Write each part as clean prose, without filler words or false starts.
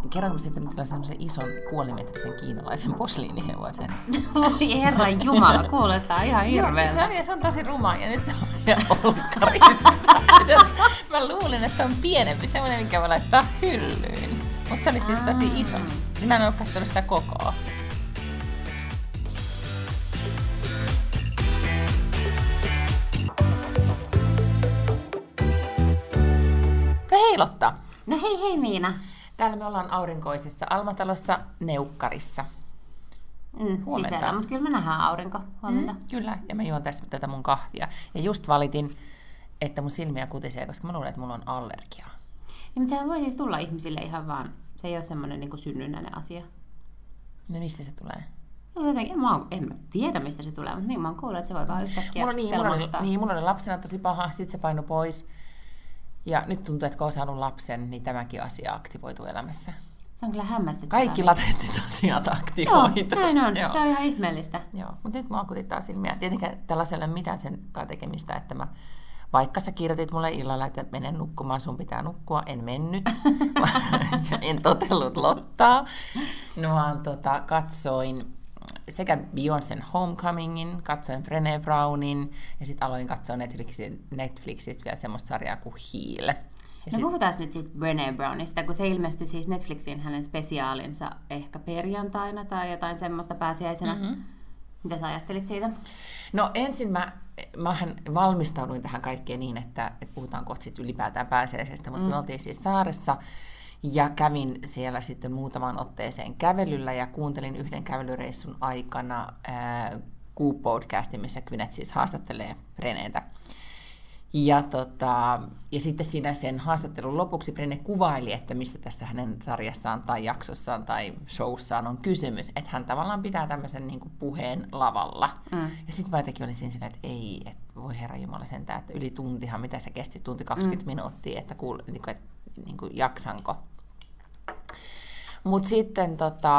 kerran kun sitten tilasin semmoisen ison puolimetrisen kiinalaisen posliinihevosen. Voi herran jumala, kuulostaa ihan hirveältä. Joo, se on tosi ruma ja nyt se on meidän olkkarissa. Mä luulin, että se on pienempi, semmoinen, minkä voi laittaa hyllyyn. Mutta se oli siis tosi iso. Mä en ole katsonut sitä kokoa. No hei Lotta. No hei Miina. Täällä me ollaan aurinkoisessa Almatalossa Neukkarissa. Sisällä, mutta kyllä me nähdään aurinko huomenta. Kyllä, ja mä juon tässä tätä mun kahvia. Ja just valitin, että mun silmiä kutisee, koska mä luulen, että mulla on allergiaa. Niin, mutta sehän voi siis tulla ihmisille ihan vaan, se ei ole semmoinen niin kuin synnynnäinen asia. No mistä se tulee? No, jotenkin, en mä tiedä mistä se tulee, mutta niin mä oon kuullut, että se voi vaan yhtäkkiä mulla oli lapsena tosi paha, sit se painui pois. Ja nyt tuntuu, että kun on saanut lapsen, niin tämäkin asia aktivoituu elämässä. Se on kyllä hämmästyttävää. Kaikki latentit asiat aktivoituu. Joo, näin on. Joo. Se on ihan ihmeellistä. Joo, mutta nyt mua kutittaa silmiä. Tietenkään tällaisella ei ole mitään sen tekemistä, että vaikka sä kirjoitit mulle illalla, että menen nukkumaan, sun pitää nukkua, en mennyt. En totellut Lottaa. No vaan katsoin sekä Beyoncén Homecomingin, katsoin Brené Brownin ja sitten aloin katsoa Netflixit vielä semmoista sarjaa kuin Heal. No puhutaan nyt sitten Brené Brownista, kun se ilmestyi siis Netflixiin hänen spesiaalinsa ehkä perjantaina tai jotain semmoista pääsiäisenä. Mm-hmm. Mitä sä ajattelit siitä? No ensin mähän valmistauduin tähän kaikkeen niin, että puhutaan kohta sitten ylipäätään pääsiäisestä, mutta me oltiin siis saaressa ja kävin siellä sitten muutamaan otteeseen kävelyllä ja kuuntelin yhden kävelyreissun aikana Q-podcastin, missä Gwyneth siis haastattelee Brenétä. Ja sitten siinä sen haastattelun lopuksi Brené kuvaili, että mistä tässä hänen sarjassaan tai jaksossaan tai showssaan on kysymys. Että hän tavallaan pitää tämmöisen niin kuin puheen lavalla. Ja sitten mä jotenkin olin siinä, että ei, että voi herra jumala sentään, että yli tuntihan, mitä se kesti, tunti 20 minuuttia, että niin kuin jaksanko. Mutta sitten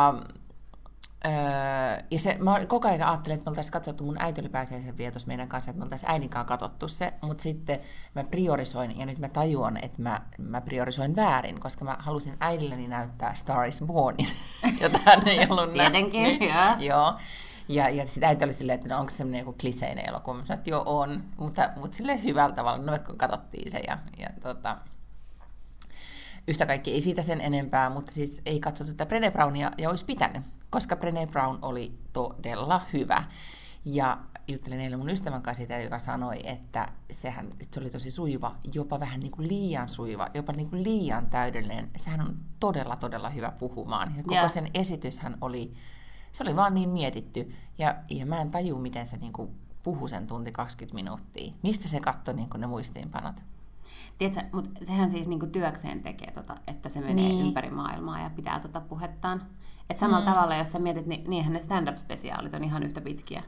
mä koko ajan ajattelin, että me oltaisiin katsottu, mun äiti oli pääsiäisen vietos meidän kanssa, että me oltaisiin äidin kanssa katsottu se, mutta sitten mä priorisoin, ja nyt mä tajuan, että mä priorisoin väärin, koska mä halusin äidilleni näyttää Star is Bornin, jota hän ei ollut tietenkin, joo. Ja sitten äiti oli silleen, että no, onko se semmoinen joku kliseinen elokuva. Mä sanoin, että joo on, mutta silleen hyvällä tavalla, no me katsottiin se yhtä kaikki ei siitä sen enempää, mutta siis ei katsottu tätä Brené Brownia ja olisi pitänyt, koska Brené Brown oli todella hyvä. Ja juttelin eilen mun ystävän kanssa siitä, joka sanoi, että se oli tosi sujuva, jopa vähän niin kuin liian sujuva, jopa niin kuin liian täydellinen. Sehän on todella, todella hyvä puhumaan. Ja koko sen esityshän se oli vaan niin mietitty. Ja mä en taju, miten se niin kuin puhui sen tunti 20 minuuttia. Mistä se katsoi niin kuin ne muistiinpanot? Tiedätkö, mutta sehän siis niinku työkseen tekee, että se menee ympäri maailmaa ja pitää puhettaan. Että samalla tavalla, jos sä mietit, niin niinhän ne stand-up-spesiaalit on ihan yhtä pitkiä.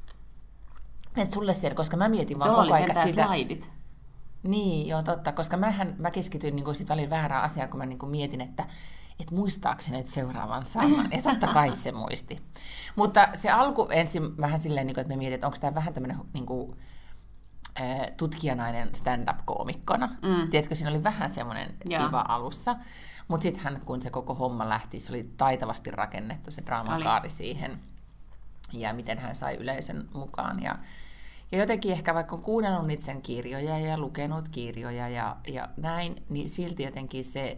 Et sulle siellä, koska mä mietin vaan koko ajan sitä. Slaidit. Niin, joo totta, koska mä keskityin niinku sit välillä väärään asiaan, kun mä niinku mietin, että muistaakseni nyt seuraavan sanan. Ja totta kai se muisti. Mutta se alku ensin vähän silleen, että me mietin, että onko tämä vähän tämmöinen niinku tutkijanainen stand-up-koomikkona. Tiedätkö, siinä oli vähän semmoinen fiva alussa. Mutta sitten kun se koko homma lähti, se oli taitavasti rakennettu se draamakaari siihen. Ja miten hän sai yleisön mukaan. Ja jotenkin ehkä vaikka on kuunnellut niitä sen kirjoja ja lukenut kirjoja ja näin, niin silti jotenkin se,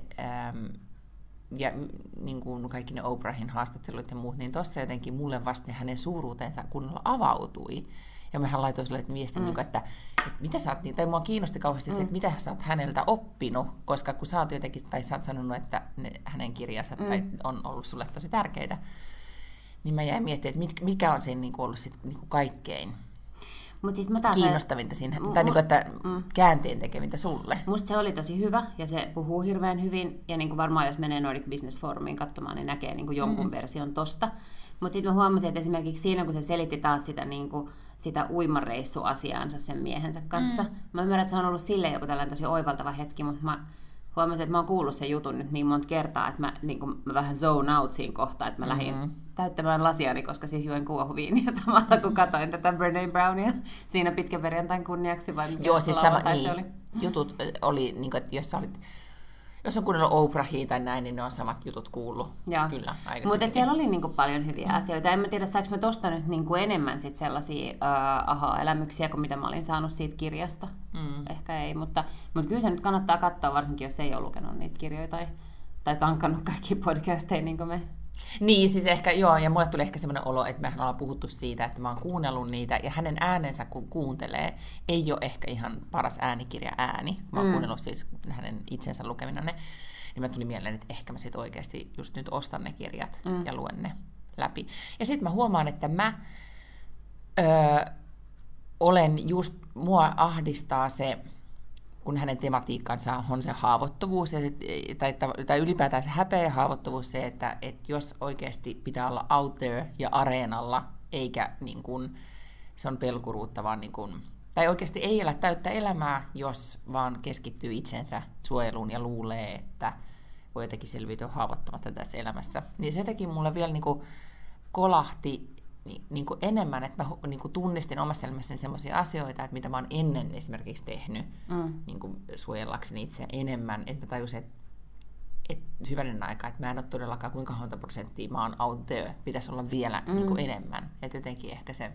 ja niin kuin kaikki ne Oprahin haastattelut ja muut, niin tuossa jotenkin mulle vasta hänen suuruutensa kunnolla avautui. Ja mehän laitoin sille viestin, että mitä sä oot, tai mua kiinnosti kauheasti se, että mitä sä oot häneltä oppinut, koska kun sä oot jotenkin, tai sä oot sanonut, että hänen kirjansa tai on ollut sulle tosi tärkeitä, niin mä jäin miettimään, että mikä on siinä niinku ollut sit niinku kaikkein siis kiinnostavinta siinä, tai niinku, että käänteen tekevintä sulle. Musta se oli tosi hyvä, ja se puhuu hirveän hyvin, ja niinku varmaan jos menee Nordic Business Forumiin katsomaan, niin näkee niinku jonkun version tosta. Mutta sitten mä huomasin, että esimerkiksi siinä, kun se selitti taas sitä uimareissuasiaansa sen miehensä kanssa. Mä ymmärrän, että se on ollut silleen joku tällainen tosi oivaltava hetki, mutta mä huomasin, että mä oon kuullut sen jutun nyt niin monta kertaa, että mä vähän zone out siinä kohtaa, että mä lähdin täyttämään lasiani, koska siis join kuohuviiniä samalla, kun katsoin tätä Brené Brownia siinä pitkän perjantain kunniaksi. Vai joo, siis sama, niin, oli? Jutut oli, niin kuin, että jos sä olit Jos on kuunnellut Oprahia tai näin, niin ne on samat jutut kuullut. Kyllä, mutta siellä oli niinku paljon hyviä asioita. En mä tiedä, saanko mä tosta nyt niinku enemmän sit sellaisia aha-elämyksiä kuin mitä mä olin saanut siitä kirjasta. Ehkä ei, mutta kyllä se nyt kannattaa katsoa, varsinkin jos ei ole lukenut niitä kirjoja tai tankannut kaikki podcasteja niin kuin me. Niin, siis ehkä joo, ja mulle tuli ehkä semmoinen olo, että mehän ollaan puhuttu siitä, että mä oon kuunnellut niitä, ja hänen äänensä kun kuuntelee, ei ole ehkä ihan paras äänikirja ääni. Mä oon kuunnellut siis hänen itsensä lukemina ne, niin mä tuli mieleen, että ehkä mä sit oikeasti just nyt ostan ne kirjat ja luen ne läpi. Ja sit mä huomaan, että mä olen just, mua ahdistaa se, kun hänen tematiikkansa on se haavoittuvuus, ja tai ylipäätään se häpeä ja haavoittuvuus, se, että jos oikeasti pitää olla out there ja areenalla, eikä niin kuin, se on pelkuruutta, vaan niin kuin, tai oikeasti ei elä täyttä elämää, jos vaan keskittyy itsensä suojeluun ja luulee, että voi jotenkin selviytyä haavoittamatta tässä elämässä. Niin se teki mulle vielä niin kuin kolahti niin kuin enemmän, että mä niin kuin tunnistin omassa elämässäni sellaisia asioita, että mitä mä oon ennen esimerkiksi tehnyt niin kuin suojellakseni itseä enemmän, että mä tajusin, että hyvänen aika, että mä en ole todellakaan kuinka monta prosenttia mä oon out there, pitäisi olla vielä niin kuin enemmän. Että jotenkin ehkä se,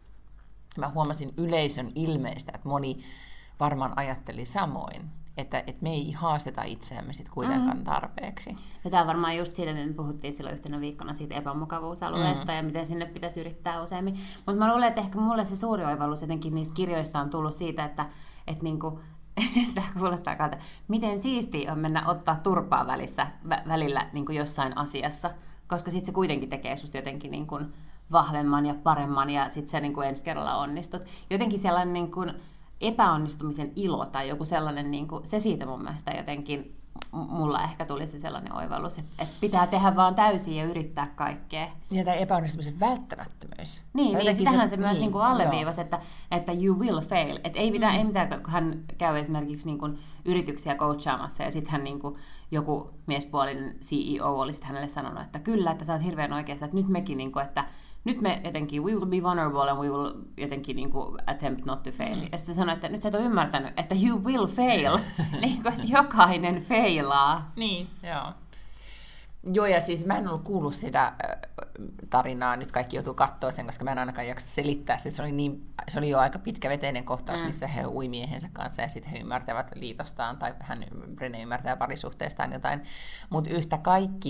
mä huomasin yleisön ilmeistä, että moni varmaan ajatteli samoin. Että me ei haasteta itseämme sit kuitenkaan tarpeeksi. Ja tämä on varmaan just siitä, että me puhuttiin silloin yhtenä viikkona siitä epämukavuusalueesta ja miten sinne pitäisi yrittää useammin. Mutta mä luulen, että ehkä mulle se suuri oivallus jotenkin niistä kirjoista on tullut siitä, että niinku, tämä kuulostaa kalta, miten siistiä on mennä ottaa turpaa välillä niin kuin jossain asiassa, koska sitten se kuitenkin tekee susta jotenkin niin kuin vahvemman ja paremman ja sitten sä niin kuin ensi kerralla onnistut. Jotenkin sellainen niin kuin epäonnistumisen ilo tai joku sellainen, niin kuin, se siitä mun mielestä jotenkin mulla ehkä tuli se sellainen oivallus, että pitää tehdä vaan täysin ja yrittää kaikkea. Ja tämä epäonnistumisen välttämättömyys. Niin sitähän se myös niin alleviivasi, että you will fail. Että ei mitään, kun hän käy esimerkiksi niin kuin yrityksiä coachaamassa ja sitten hän niin kuin joku miespuolinen CEO oli sitten hänelle sanonut, että kyllä, että sä oot hirveän oikeassa, että nyt mekin, niin kuin, että nyt me jotenkin, we will be vulnerable and we will jotenkin niin kuin attempt not to fail. Ja sitten se sanoi, että nyt sä et ole ymmärtänyt, että you will fail. Niin kuin, että jokainen failaa. Niin, joo. Joo, ja siis mä en ollut kuullut sitä tarinaa, nyt kaikki joutuu katsoa sen, koska mä en ainakaan jaksa selittää. Se oli jo aika pitkäveteinen kohtaus, missä he ui miehensä kanssa ja sitten he ymmärtävät liitostaan, tai Brené ymmärtää parisuhteestaan jotain. Mutta yhtä kaikki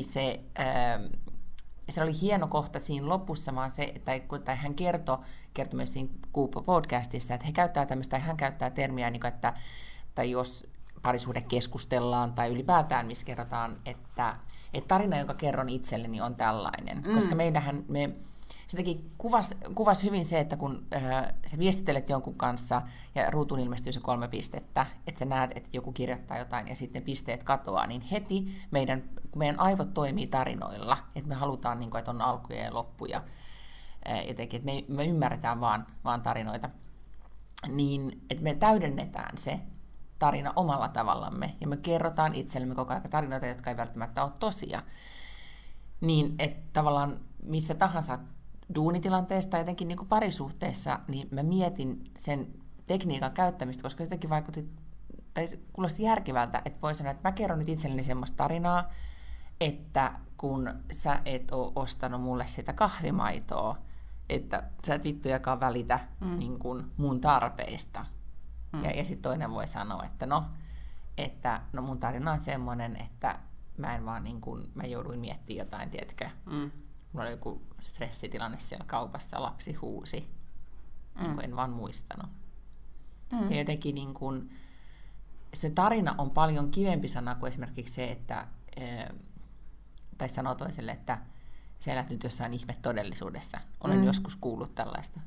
se oli hieno kohta siinä lopussa, vaan se, tai hän kertoi myös siinä Kuuppo-podcastissa, että hän käyttää termiä, että tai jos parisuhde keskustellaan, tai ylipäätään, missä kerrotaan, että tarina, jonka kerron itselleni, on tällainen. Koska se teki kuvasi hyvin se, että kun sä viestittelet jonkun kanssa ja ruutuun ilmestyy se 3 pistettä, että sä näet, että joku kirjoittaa jotain ja sitten pisteet katoaa, niin heti meidän aivot toimii tarinoilla, että me halutaan, niin kuin, että on alkuja ja loppuja, jotenkin, että me ymmärretään vaan tarinoita, niin että me täydennetään se tarina omalla tavallamme ja me kerrotaan itsellemme koko ajan tarinoita, jotka ei välttämättä ole tosia, niin että tavallaan missä tahansa duunitilanteesta jotenkin niin kuin parisuhteessa, niin mä mietin sen tekniikan käyttämistä, koska jotenkin kuulosti järkevältä, että voi sanoa, että mä kerron nyt itselleni semmoista tarinaa, että kun sä et ole ostanut mulle sitä kahvimaitoa, että sä et vittujakaan välitä niin kuin mun tarpeista. Ja sitten toinen voi sanoa, että mun tarina on semmoinen, että mä en vaan niin kuin, mä jouduin miettimään jotain, tiedätkö? Mulla oli joku stressitilanne siellä kaupassa, lapsi huusi. En vaan muistanut. Ja jotenkin niin kuin, se tarina on paljon kivempi sana kuin esimerkiksi se, että tai sanoo toiselle, että sä elät nyt jossain ihme-todellisuudessa. Olen joskus kuullut tällaista.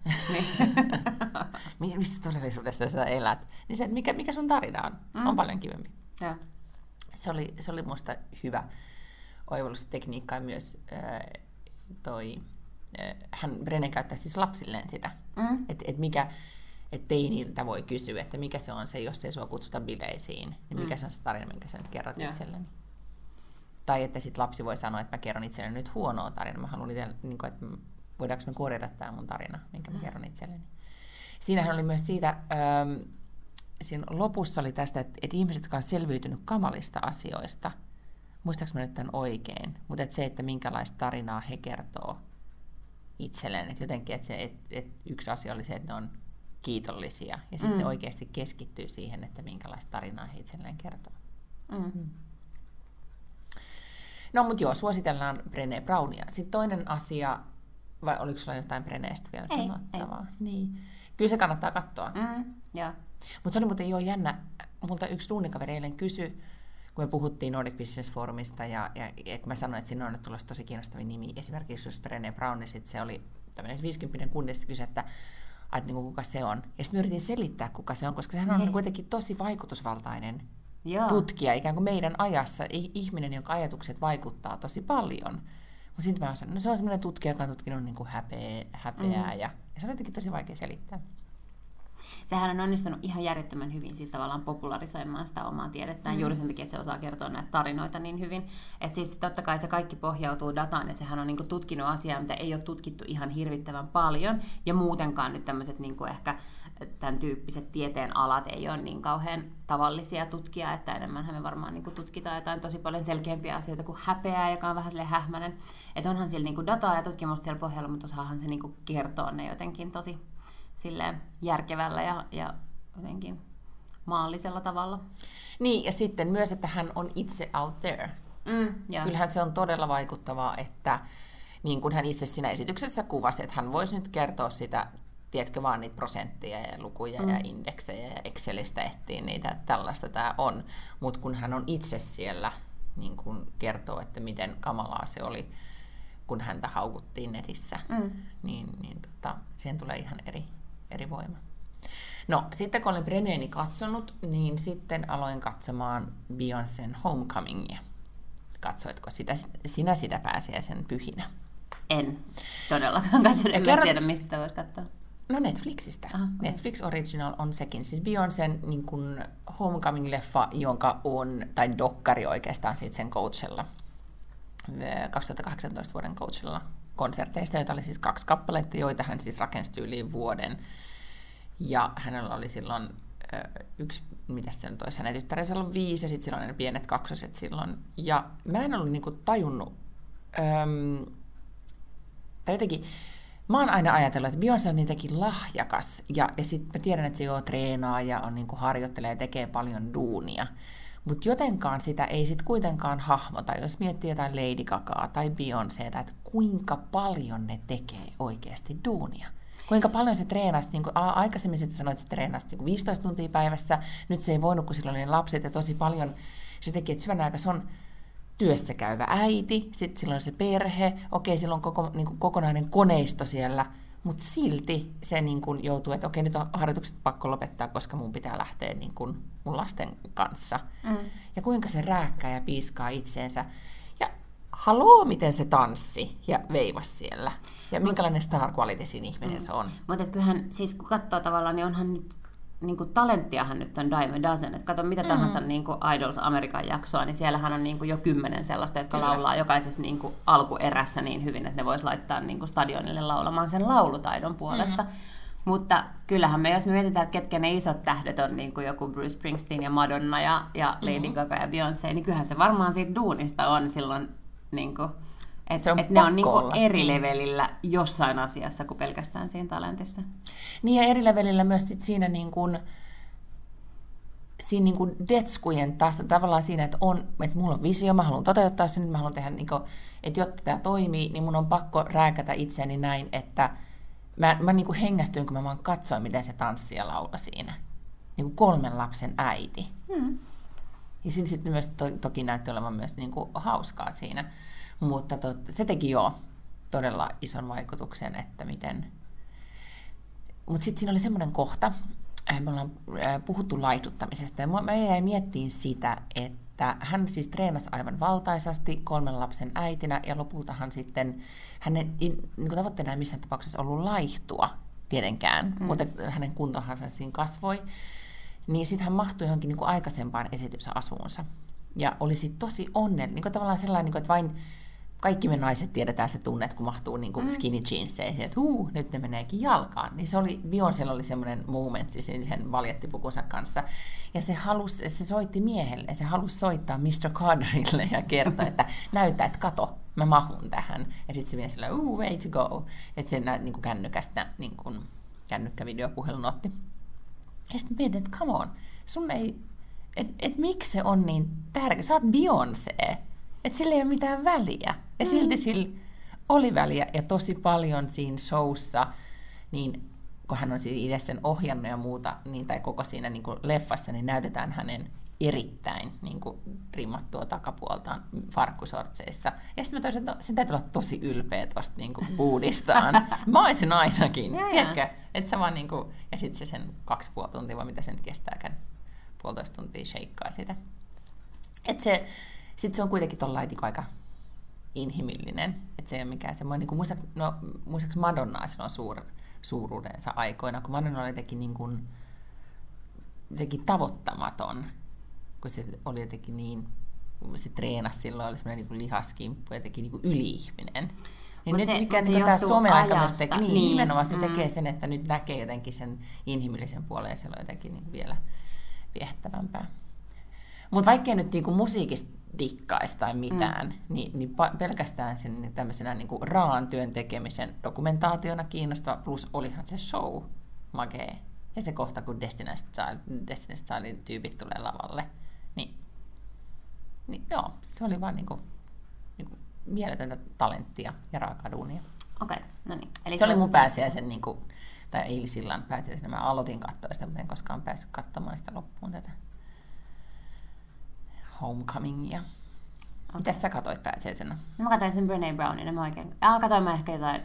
Mistä todellisuudessa sä elät? Niin se, että mikä sun tarina on paljon kivempi. Ja. Se oli musta hyvä oivallustekniikka ja myös Brené käyttää siis lapsilleen sitä, että teiniltä voi kysyä, että mikä se on se, jos ei sua kutsuta bileisiin, niin mikä se on se tarina, minkä sä nyt kerrot itselleni. Tai että sit lapsi voi sanoa, että mä kerron itselleni nyt huonoa tarinaa, mä haluan itse, niin kuin, että voidaanko me korjata tämä mun tarina, minkä mä kerron itselleni. Siinähän oli myös siitä, siinä lopussa oli tästä, että ihmiset, jotka on selviytynyt kamalista asioista, muistaaks mä nyt tämän oikein, mutta se, että minkälaista tarinaa he kertoo itselleen, että jotenkin, että yksi asia oli se, että ne on kiitollisia, ja sitten oikeasti keskittyy siihen, että minkälaista tarinaa he itselleen kertoo. No, mutta joo, suositellaan Brené Brownia. Sitten toinen asia, vai oliko sulla jotain Brenéstä vielä sanottavaa? Niin. Kyllä se kannattaa katsoa. Mutta se oli muuten jo jännä. Multa yksi duunikaveri eilen kysyi, kun me puhuttiin Nordic Business Forumista, ja kun mä sanoin, että siinä on nyt tulossa tosi kiinnostavia nimi, esimerkiksi just Brené Brown, niin sitten se oli tämmöinen 50 kundista kysyi, että kuka se on. Ja sitten me yritin selittää, kuka se on, koska sehän on kuitenkin tosi vaikutusvaltainen tutkija, ikään kuin meidän ajassa, ihminen, jonka ajatukset vaikuttaa tosi paljon. Mutta sitten mä sanoin, no se on semmoinen tutkija, joka on tutkinut niin kuin häpeää, ja se on jotenkin tosi vaikea selittää. Sehän on onnistunut ihan järjettömän hyvin siis tavallaan popularisoimaan sitä omaa tiedettään juuri sen takia, että se osaa kertoa näitä tarinoita niin hyvin. Että siis totta kai se kaikki pohjautuu dataan, ja sehän on niinku tutkinut asiaa, mitä ei ole tutkittu ihan hirvittävän paljon, ja muutenkaan nyt tämmöiset niinku ehkä tämän tyyppiset tieteen alat ei ole niin kauhean tavallisia tutkia, että enemmänhän me varmaan niinku tutkitaan jotain tosi paljon selkeämpiä asioita kuin häpeää, joka on vähän silleen hähmäinen. Että onhan siellä niinku dataa ja tutkimusta siellä pohjalla, mutta osaahan se niinku kertoa ne jotenkin tosi silleen järkevällä ja jotenkin maallisella tavalla. Niin, ja sitten myös, että hän on itse out there. Kyllähän se on todella vaikuttavaa, että niin kuin hän itse siinä esityksessä kuvasi, että hän voisi nyt kertoa sitä, tiedätkö vaan niitä prosentteja ja lukuja ja indeksejä ja Excelistä etsiä niitä, että tällaista tämä on. Mutta kun hän on itse siellä, niin kun kertoo, että miten kamalaa se oli, kun häntä haukuttiin netissä, niin siihen tulee ihan eri voima. No, sitten kun olen Brenéni katsonut, niin sitten aloin katsomaan Beyoncén Homecomingia. Katsoitko sinä sitä pääsiäisen pyhinä? En todellakaan katsonut, en tiedä, mistä sitä voit katsoa. No Netflixistä. Netflix Original on sekin. Siis Beyoncén niin kuin Homecoming-leffa, jonka on, tai dokkari oikeastaan siitä sen Coachella, 2018 vuoden Coachella konserteista, joita oli siis 2 kappaletta, joita hän siis rakensi yli vuoden. Ja hänellä oli silloin mitä se nyt olisi, hänen tyttärensä on 5, ja sitten silloin ne pienet 2 silloin. Ja mä en ollut niinku tajunnut, tai jotenkin, mä oon aina ajatellut, että Beyoncé on niitäkin lahjakas, ja sitten mä tiedän, että se treenaa ja on niinku harjoittelee ja tekee paljon duunia. Mutta jotenkaan sitä ei sitten kuitenkaan hahmota, jos miettii jotain Lady Gagaa tai Beyoncéta, että kuinka paljon ne tekee oikeasti duunia. Kuinka paljon se treenasi, niin kuin aikaisemmin sitten sanoit, että se treenasi niin 15 tuntia päivässä, nyt se ei voinut, kun sillä oli lapset ja tosi paljon se teki, että syvän aika se on työssä käyvä äiti, sitten sillä on se perhe, okei, sillä on kokonainen koneisto siellä, mutta silti se niin kuin joutuu, että okei, nyt on harjoitukset pakko lopettaa, koska mun pitää lähteä niin kuin mun lasten kanssa. Ja kuinka se rääkkää ja piiskaa itseensä. Ja haloo, miten se tanssi ja veivasi siellä. Ja minkälainen star quality siinä ihminen se on. Mutta kyllähän, siis kun katsoo tavallaan, niin onhan nyt, niin kuin talenttiahan nyt on dime a dozen. Että kato mitä tahansa niin kuin Idols Amerikan jaksoa, niin siellähän on niin kuin jo 10 sellaista, jotka laulaa jokaisessa niin kuin alkuerässä niin hyvin, että ne vois laittaa niin kuin stadionille laulamaan sen laulutaidon puolesta. Mutta kyllähän me, jos me mietitään, että ketkä ne isot tähdet on, niin kuin joku Bruce Springsteen ja Madonna ja Lady Gaga ja Beyoncé, niin kyllähän se varmaan siitä duunista on silloin, niin kuin, että ne on niin kuin eri levelillä jossain asiassa kuin pelkästään siinä talentissa. Niin ja eri levelillä myös sit siinä detskujen taas tavallaan siinä, että mulla on visio, mä haluan toteuttaa sen, mä haluan tehdä, että jotta tämä toimii, niin mun on pakko rääkätä itseäni näin, että mä niin kuin hengästyin, kun mä vaan katsoin, miten se tanssi ja laula siinä. Niin kuin 3 lapsen äiti. Ja siinä sitten myös toki näytti olevan myös niin kuin hauskaa siinä. Mutta se teki todella ison vaikutuksen, että miten. Mutta sitten siinä oli semmoinen kohta, me ollaan puhuttu laihduttamisesta, ja mä jäin miettimään sitä, että hän siis treenasi aivan valtaisasti 3 lapsen äitinä, ja lopultahan sitten, hänen niin tavoitteena ei missään tapauksessa ollut laihtua tietenkään, mutta hänen kuntohansa siinä kasvoi, niin sitten hän mahtui johonkin niin kuin aikaisempaan esitysasuunsa, ja oli sitten tosi onnellinen, niin tavallaan sellainen, että vain kaikki me naiset tiedetään se tunne, että kun mahtuu niin kuin skinny jeanseihin, että nyt ne meneekin jalkaan. Niin se oli, Beyoncélla oli semmoinen momentti sen valjettipukunsa kanssa. Ja se soitti miehelle, se halusi soittaa Mr. Carterille ja kertoa, että näytä, että kato, mä mahun tähän. Ja sitten se mies sillä, way to go. Että se niin kuin kännykästä niin kuin kännykkävideopuhelun otti. Ja sitten mietin, että come on, sun ei, että miksi se on niin tärkeä? Sä oot Beyoncé. Että sillä ei ole mitään väliä. Ja silti sillä oli väliä ja tosi paljon siinä showssa, niin kun hän on itse sen ohjannut ja muuta, niin, tai koko siinä niin kuin leffassa, niin näytetään hänen erittäin niin kuin trimmattua takapuoltaan farkkusortseissa. Ja sitten mä toisin, että sen täytyy olla tosi ylpeä tuosta niin kuin uudistaan. Mä olisin ainakin. Tiedätkö? Että se vaan niin kuin, ja sitten se sen 2,5 tuntia, vai mitä se nyt kestääkään, 1,5 tuntia sheikkaa sitä. Että se sitten se on kuitenkin tollain niin aika inhimillinen, että se ei ole mikään semmoinen, niin muistaakseni Madonnaa silloin suuruudensa aikoina, kun Madonna oli jotenkin tavoittamaton, kun se oli jotenkin niin, se treenasi silloin, oli semmoinen niin lihaskimppu, jotenkin niin yli-ihminen. Niin nyt mikä niin tämä someaika myös tekee, niin nimenomaan se tekee sen, että nyt näkee jotenkin sen inhimillisen puolen, ja se on jotenkin niin vielä viehättävämpää. Mutta vaikkei nyt niinku musiikista dikkaisi tai mitään, niin pelkästään sen tämmöisenä niinku raan työn tekemisen dokumentaationa kiinnostava, plus olihan se show magee. Ja se kohta, kun Destiny's Childin tyypit tulee lavalle, niin joo, se oli vaan niinku mieletöntä talenttia ja raakaa duunia. Okei, no niin. Eli se oli mun pääsiäisen, tai eilisillan pääsiäisen, mä aloitin katsoa sitä, mutta en koskaan päässyt katsomaan sitä loppuun tätä Homecomingia. Okay. Mitäs sä katsoit pääsiäisenä? No mä katsoin sen Brené Brownin, mä oikein. Katsoin mä ehkä jotain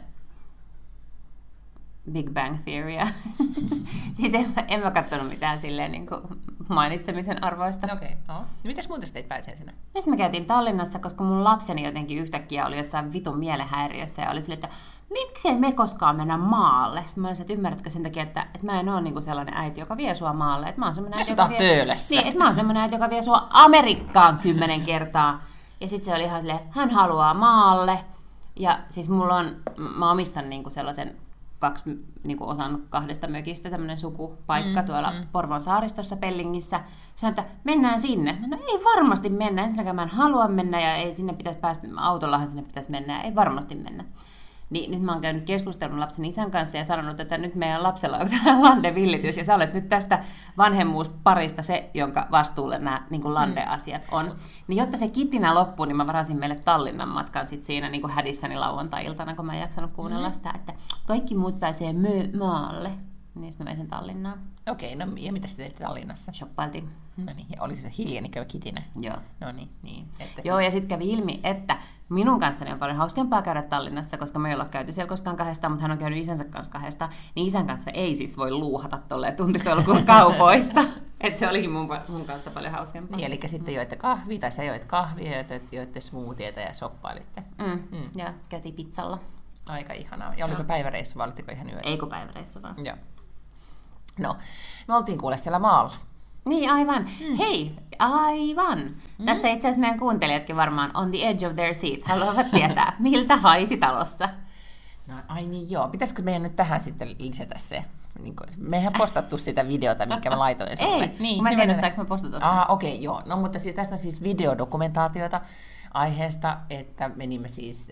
Big Bang Theoryä. Siis en mä katsonut mitään silleen niin kuin mainitsemisen arvoista. Okei, no. Mitäs muuta teit pääsiäisenä? Nyt me käytiin Tallinnassa, koska mun lapseni jotenkin yhtäkkiä oli jossain vitun mielenhäiriössä ja oli silleen, että miksei me koskaan mennä maalle? Sitten mä olisin, että ymmärrätkö sen takia, että mä en ole niinku sellainen äiti, joka vie sua maalle. Että mä oon semmoinen äiti, että mä oon semmoinen äiti, joka vie sua Amerikkaan 10 kertaa. Ja sitten se oli ihan silleen, hän haluaa maalle. Ja siis mä omistan niinku sellaisen niinku osan 2 mökistä, tämmöinen sukupaikka tuolla Porvoon saaristossa Pellingissä. Sanoin, että mennään sinne. Mä ei varmasti mennä, ensinnäkään mä en halua mennä ja ei sinne pitäisi päästä, autollahan sinne pitäisi mennä ja ei varmasti mennä. Niin nyt mä oon käynyt keskustelun lapsen isän kanssa ja sanonut, että nyt meidän lapsella on tällainen landevillitys ja sä olet nyt tästä vanhemmuusparista se, jonka vastuulle nämä niin lande-asiat on. Niin jotta se kitinä loppuu, niin mä varasin meille Tallinnan matkan sit siinä niin hädissäni lauantai-iltana, kun mä en jaksanut kuunnella sitä, että kaikki muut pääsee maalle. Niin sitten mä vein sen Tallinnaan. Okei, no ja mitä sä teitte Tallinnassa? Shoppailtiin. No niin, ja oliko se hiljenikävä kitinä? Joo. No niin. Että joo, ja sitten kävi ilmi, että minun kanssani on paljon hauskempaa käydä Tallinnassa, koska me ei olla käyty siellä koskaan 2, mutta hän on käynyt isänsä kanssa 2, niin isän kanssa ei siis voi luuhata tolleen tuntitolkuun kaupoissa. Että se olikin mun kanssa paljon hauskempaa. Niin, eli sitten joitte kahvia, tai sä joit kahvia, ja joitte smoothieita ja shoppailitte. Ja käytiin pizzalla. Aika ihanaa. Ja oliko päiväreissu, vai olitteko ihan yötä? Ei kun päiväreissu vaan. Joo. No, me oltiin kuule siellä maalla. Niin, aivan. Hei, aivan. Tässä itse asiassa meidän kuuntelijatkin varmaan on the edge of their seat. Haluavat tietää, miltä haisi talossa. No, ai niin joo. Pitäisikö meidän nyt tähän sitten lisätä se? Mehän postattu sitä videota, minkä mä laitoin sulle. Ei, mä en tiedä, saanko mä postata sen. Okei, joo. No, mutta siis tästä on siis videodokumentaatiota aiheesta, että menimme siis...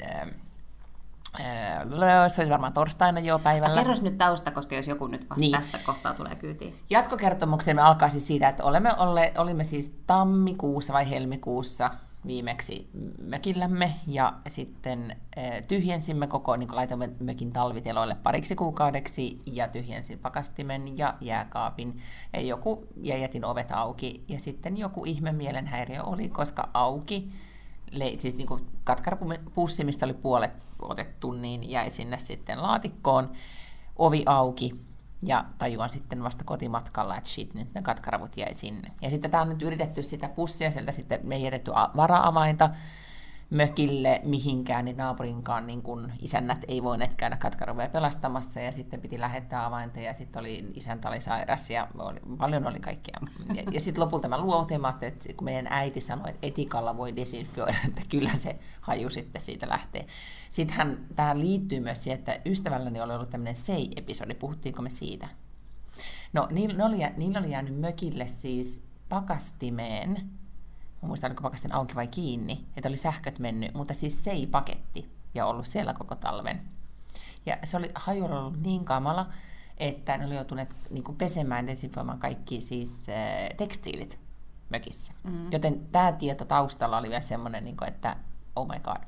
se olisi varmaan torstaina jo päivällä. Kerros nyt tausta, koska jos joku nyt vasta tästä kohtaa tulee kyytiin. Jatkokertomuksemme alkaa siis siitä, että olimme siis tammikuussa vai helmikuussa viimeksi mökillämme ja sitten tyhjensimme koko, niin laitamme mökin talviteloille pariksi kuukaudeksi ja tyhjensin pakastimen ja jääkaapin ja jätin ovet auki ja sitten joku ihme mielenhäiriö oli, koska auki siis niin kuin katkarapussi, mistä oli puolet otettu, niin jäi sinne sitten laatikkoon, ovi auki, ja tajuan sitten vasta kotimatkalla, että shit, nyt ne katkaravut jäi sinne. Ja sitten tämä on nyt yritetty sitä pussia, sieltä sitten me ei jätetty vara-avainta, mökille mihinkään, niin naapurinkaan niin kun isännät ei voineet käydä katkarovea pelastamassa, ja sitten piti lähettää avainta, ja sitten isäntä oli sairas, ja paljon oli kaikkea. Ja sitten lopulta mä luovutin, että kun meidän äiti sanoi, että etikalla voi desinfioida, että kyllä se haju sitten siitä lähtee. Sitten tähän liittyy myös siihen, että ystävälläni oli ollut tämmöinen sei-episodi, puhuttiinko me siitä? No, niillä oli jäänyt mökille siis pakastimeen, mä muistan, oliko pakastin auki vai kiinni, että oli sähköt mennyt, mutta siis sei-paketti ja ollut siellä koko talven. Ja se haju oli ollut niin kamala, että ne oli joutuneet niin kuin pesemään, desinfioimaan kaikki siis tekstiilit mökissä. Joten tämä tieto taustalla oli vielä semmoinen, niin kuin, että oh my god.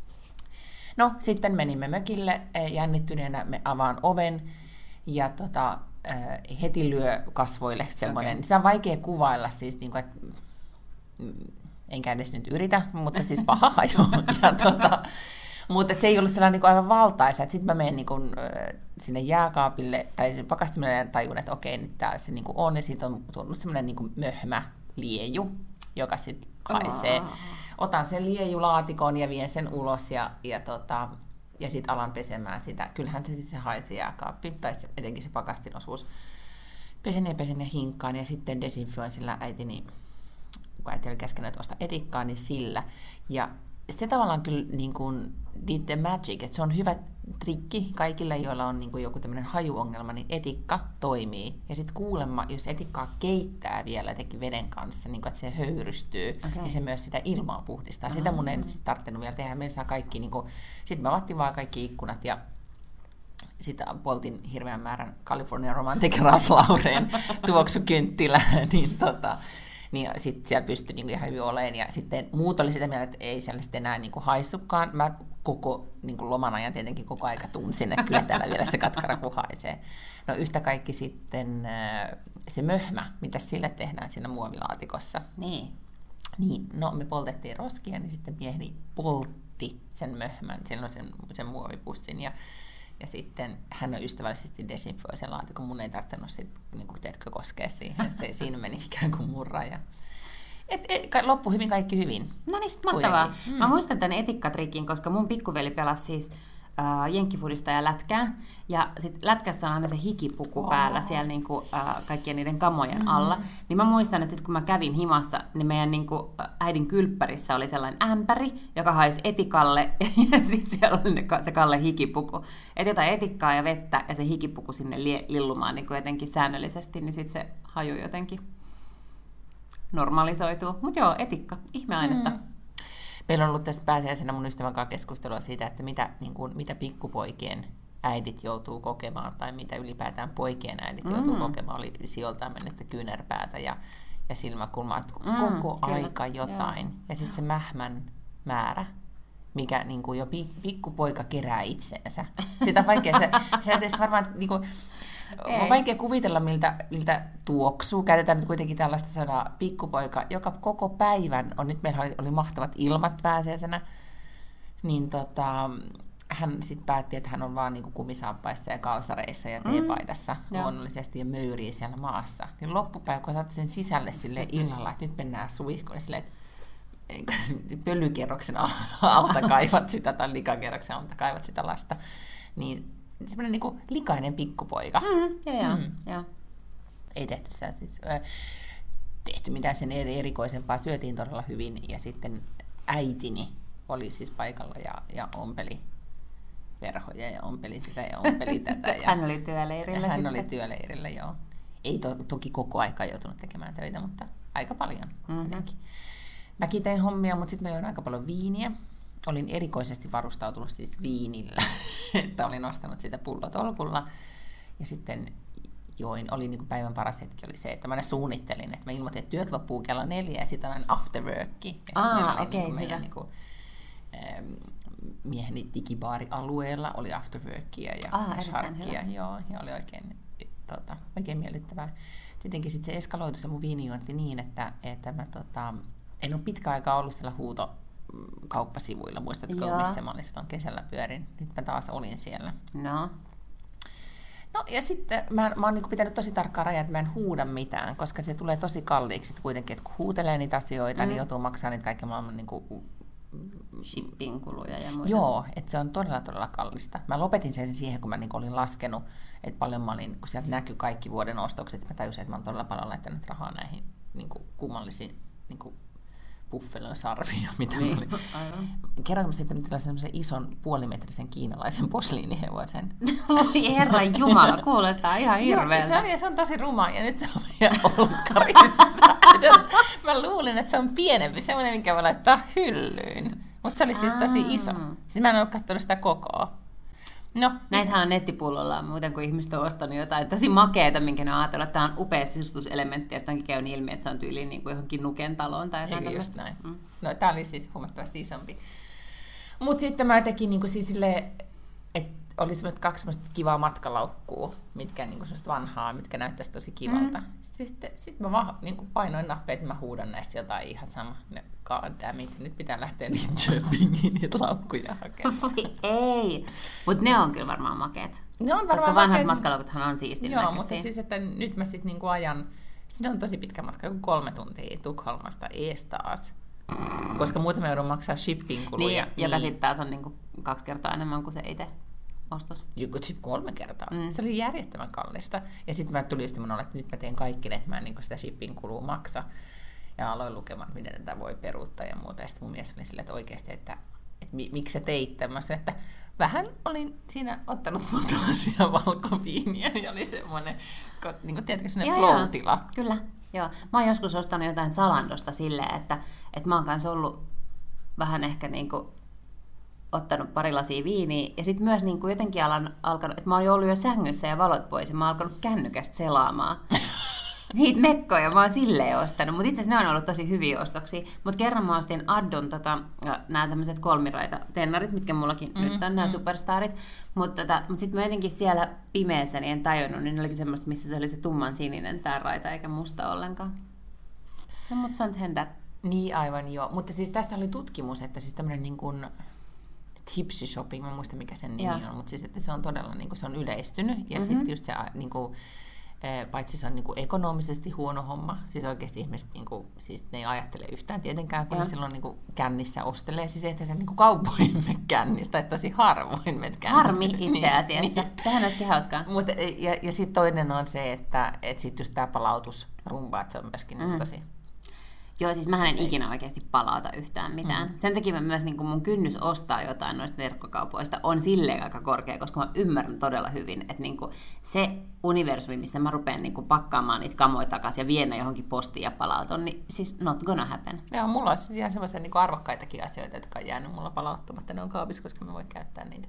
No, sitten menimme mökille, jännittyneenä me avaan oven, ja heti lyö kasvoille semmoinen, okay. Sitä on vaikea kuvailla, siis niin kuin, että enkä edes nyt yritä, mutta siis paha haju. Mutta se ei ollut sellainen niin kuin aivan valtaisa, että sitten mä menen niin kuin, sinne jääkaapille, tai sinne pakastimelle ja tajun, että okei, nyt täällä se niin kuin on, ja siitä on tullut semmoinen niin kuin möhmä lieju, joka sitten haisee. Otan sen liejulaatikon ja vien sen ulos, ja sitten alan pesemään sitä. Kyllähän se siis haisi jääkaappi, tai etenkin se pakastin osuus. Pesen ja hinkkaan, ja sitten desinfioin sillä äitini, kun äiti oli käskenyt ostaa etikkaa, niin sillä. Ja se tavallaan kyllä niin kuin did the magic, että se on hyvä trikki kaikille, joilla on niin kuin joku tämmöinen hajuongelma, niin etikka toimii. Ja sitten kuulemma, jos etikkaa keittää vielä jotenkin veden kanssa, niin kuin, että se höyrystyy, niin se myös sitä ilmaa puhdistaa. Sitä mun ei nyt sitten tarvinnut vielä tehdä. Meillä saa kaikki, niin kuin, sitten mä avattiin vaan kaikki ikkunat ja sitten poltin hirveän määrän California Romantic Ralph Lauren tuoksukynttilää, niin sitten siellä pystyi niinku ihan hyvin olemaan. Ja sitten muut oli sitä mieltä, että ei siellä sitten enää niinku haissukaan. Mä koko niinku loman ajan tietenkin koko aika tunsin, että kyllä täällä vielä se katkaraku haisee. No yhtä kaikki sitten se möhmä, mitä sille tehdään siinä muovilaatikossa. Niin, no me poltettiin roskia, niin sitten mieheni poltti sen möhmän, siellä on sen muovipussin. Ja sitten hän on ystävällisesti desinfioi sen laatikon. Mun ei tarvinnut sitten, niin teetkö, koskea siihen. Siinä meni ikään kuin murra. Loppu hyvin, kaikki hyvin. No niin, mahtavaa. Mä muistan tämän etikkatrikin, koska mun pikkuveli pelasi siis jenkkifudista ja lätkää. Ja sitten lätkässä on aina se hikipuku päällä siellä niinku, kaikkien niiden kamojen alla. Niin mä muistan, että sit kun mä kävin himassa, niin meidän niinku, äidin kylppärissä oli sellainen ämpäri, joka haisi etikalle. Ja sitten siellä oli se Kalle hikipuku. Että jotain etikkaa ja vettä ja se hikipuku sinne lillumaan niinku jotenkin säännöllisesti, niin sitten se haju jotenkin normalisoituu. Mutta joo, etikka, ihmeainetta. Meillä on ollut tästä pääsiäisenä mun ystävän kanssa keskustelua siitä, että mitä pikkupoikien äidit joutuu kokemaan, tai mitä ylipäätään poikien äidit joutuu kokemaan. Oli sijoiltaan mennyttä kyynärpäätä ja silmäkulmaa, koko aika jotain. Kyllä. Ja sitten se mähmän määrä, mikä niin kuin jo pikkupoika kerää itseensä. Sitä on vaikea, se tietysti varmaan niin kuin, on vaikea kuvitella, miltä tuoksuu. Käytetään nyt kuitenkin tällaista sanaa pikkupoika, joka koko päivän nyt meillä oli mahtavat ilmat pääsiäisenä, niin hän sitten päätti, että hän on vaan niinku kumisaappaissa ja kalsareissa ja teepaidassa luonnollisesti ja möyrii siellä maassa. Niin loppupäivä, kun saatte sen sisälle sille illalla, että nyt mennään suihkuun, silleen, että pölykerroksen alta kaivat sitä, tai likakerroksen alta kaivat sitä lasta, niin semmoinen niinku likainen pikkupoika. Joo. Ei tehty siellä siis, tehty mitään sen erikoisempaa, syötiin todella hyvin, ja sitten äitini oli siis paikalla ja ompeli verhoja ja ompeli sitä ja ompeli tätä. Ja hän oli työleirillä hän oli työleirillä, joo. Ei toki koko aikaa joutunut tekemään töitä, mutta aika paljon. Mäkin tein hommia, mutta sitten mä join aika paljon viiniä. Olin erikoisesti varustautunut siis viinillä, että olin ostanut sitä pullotolkulla. Ja sitten join, oli niin kuin päivän paras hetki oli se, että mä suunnittelin, että mä ilmoitin, että työt loppuu kello 4 ja sitten on afterworkki. Ja sitten meillä oli niin meidän niin kuin, mieheni digibaari-alueella oli afterworkia ja sharkia. Joo, ja oli oikein miellyttävää. Tietenkin sitten se eskaloitu se mun viinijuonti niin, että mä en ole pitkä aikaa ollut siellä kauppasivuilla, muistatko, missä mä olin silloin kesällä pyörin. Nyt mä taas olin siellä. No ja sitten mä oon niinku pitänyt tosi tarkkaa rajaa, että mä en huuda mitään, koska se tulee tosi kalliiksi. Että kuitenkin, että kun huutelee niitä asioita, niin joutuu maksamaan niitä kaiken maailman niinku shipping-kuluja ja muita. Joo, että se on todella, todella kallista. Mä lopetin sen siihen, kun mä niin olin laskenut, että paljon mä olin, kun sieltä näkyi kaikki vuoden ostokset, mä tajusin, että mä oon todella paljon laittanut rahaa näihin niin kummallisiin niin buffalon sarviin, mitä niin, oli. Kerroinko mä sitten semmoisen ison puolimetrisen kiinalaisen posliinihevosen? Voi herran jumala, kuulostaa ihan hirveältä. Se on tosi ruma, ja nyt se on meidän olkkarissa. Mä luulin, että se on pienempi, semmoinen, minkä voi laittaa hyllyyn. Mutta se oli siis tosi iso. Siis mä en ollut katsonut sitä kokoa. No, näitähän on nettipullollaan muuten, kun ihmiset on ostanut jotain tosi makeeta, minkä ne on ajatellut, että tämä on upea sisustuselementti, ja sitten onkin käynyt ilmi, että se on tyyliin niin kuin johonkin Nuken taloon tai jotain tämmöistä. Just näin. No, tämä oli siis huomattavasti isompi. Mutta sitten mä tekin niin kuin siis silleen, että oli semmoiset 2 kivaa matkalaukkuu, mitkä niin kuin semmoista vanhaa, mitkä näyttäisi tosi kivalta. Sitten mä vaan niin kuin painoin nappeja, että mä huudan näistä jotain ihan sama. God damn it, nyt pitää lähteä Linköpingiin niitä laukkuja hakemaan. Ei, mutta ne on kyllä varmaan makeet. Ne on varmaan koska vanhat matkalaukuthan on siistin näköisiä. Joo, mutta siis, että nyt mä sitten niinku ajan, siinä on tosi pitkä matka, joku 3 tuntia Tukholmasta ees taas. Koska muuten me joudun maksaa shipping-kuluja. Niin, joka sitten taas on niinku 2 kertaa enemmän kuin se itse ostos. Joku 3 kertaa. Se oli järjettömän kallista. Ja sitten mä tuli just semmoinen, että nyt mä teen kaikki, että mä en niinku sitä shipping-kulua maksa. Ja aloin lukemaan, miten tätä voi peruuttaa ja muuta. Ja sitten mun mies oli silleen, että oikeasti, että miksi sä teit tämmöisen, että vähän olin siinä ottanut muutalaisia valkoviiniä ja oli semmoinen, niin kuin tiedätkö, semmoinen flow-tila. Kyllä, joo. Mä oon joskus ostanut jotain Zalandosta silleen, että mä oon kanssa ollut vähän ehkä niin kuin ottanut 2 lasia viiniä ja sitten myös niin kuin jotenkin alkanut, että mä oon ollut jo sängyssä ja valot pois ja mä oon alkanut kännykästä selaamaan. Niitä mekkoja mä oon silleen ostanut, mutta itse asiassa ne on ollut tosi hyviä ostoksia. Mutta kerran mä ostin Addon nämä tämmöiset 3-raita-tennarit, mitkä mullakin nyt on, nämä superstarit. Mutta sitten mä jotenkin siellä pimeässä niin en tajunnut, niin ne olikin semmoista, missä se oli se tumman sininen tää raita, eikä musta ollenkaan. No, mutta se on tehdä. Niin, aivan joo. Mutta siis tästä oli tutkimus, että siis tämmöinen niin kuin tipsy shopping, mä muistan mikä sen nimi on, mutta siis että se on todella niin kuin se on yleistynyt. Ja sitten just se niin kuin, paitsi se on niin kuin ekonomisesti huono homma, siis oikeasti ihmiset niin kuin, siis ne ei ajattele yhtään tietenkään, kun ne silloin niin kuin kännissä ostelee, siis että se niin kaupoihin me kännistä, että tosi harvoin me kännissä. Harmi itse asiassa, sehän olisikin hauskaa. Ja sitten toinen on se, että sitten just tämä palautusrumba, että se on myöskin niin tosi. Joo, siis mähän en ikinä oikeasti palauta yhtään mitään. Sen takia mä myös niin kun mun kynnys ostaa jotain noista verkkokaupoista on silleen aika korkea, koska mä ymmärrän todella hyvin, että niin se universumi, missä mä rupean niin pakkaamaan niitä kamoja takaisin ja vien johonkin postiin ja palauton, niin siis not gonna happen. Joo, mulla on siis ihan semmoisia niin arvokkaitakin asioita, jotka on jäänyt mulla palauttamatta. Ne on kaapissa, koska mä voin käyttää niitä.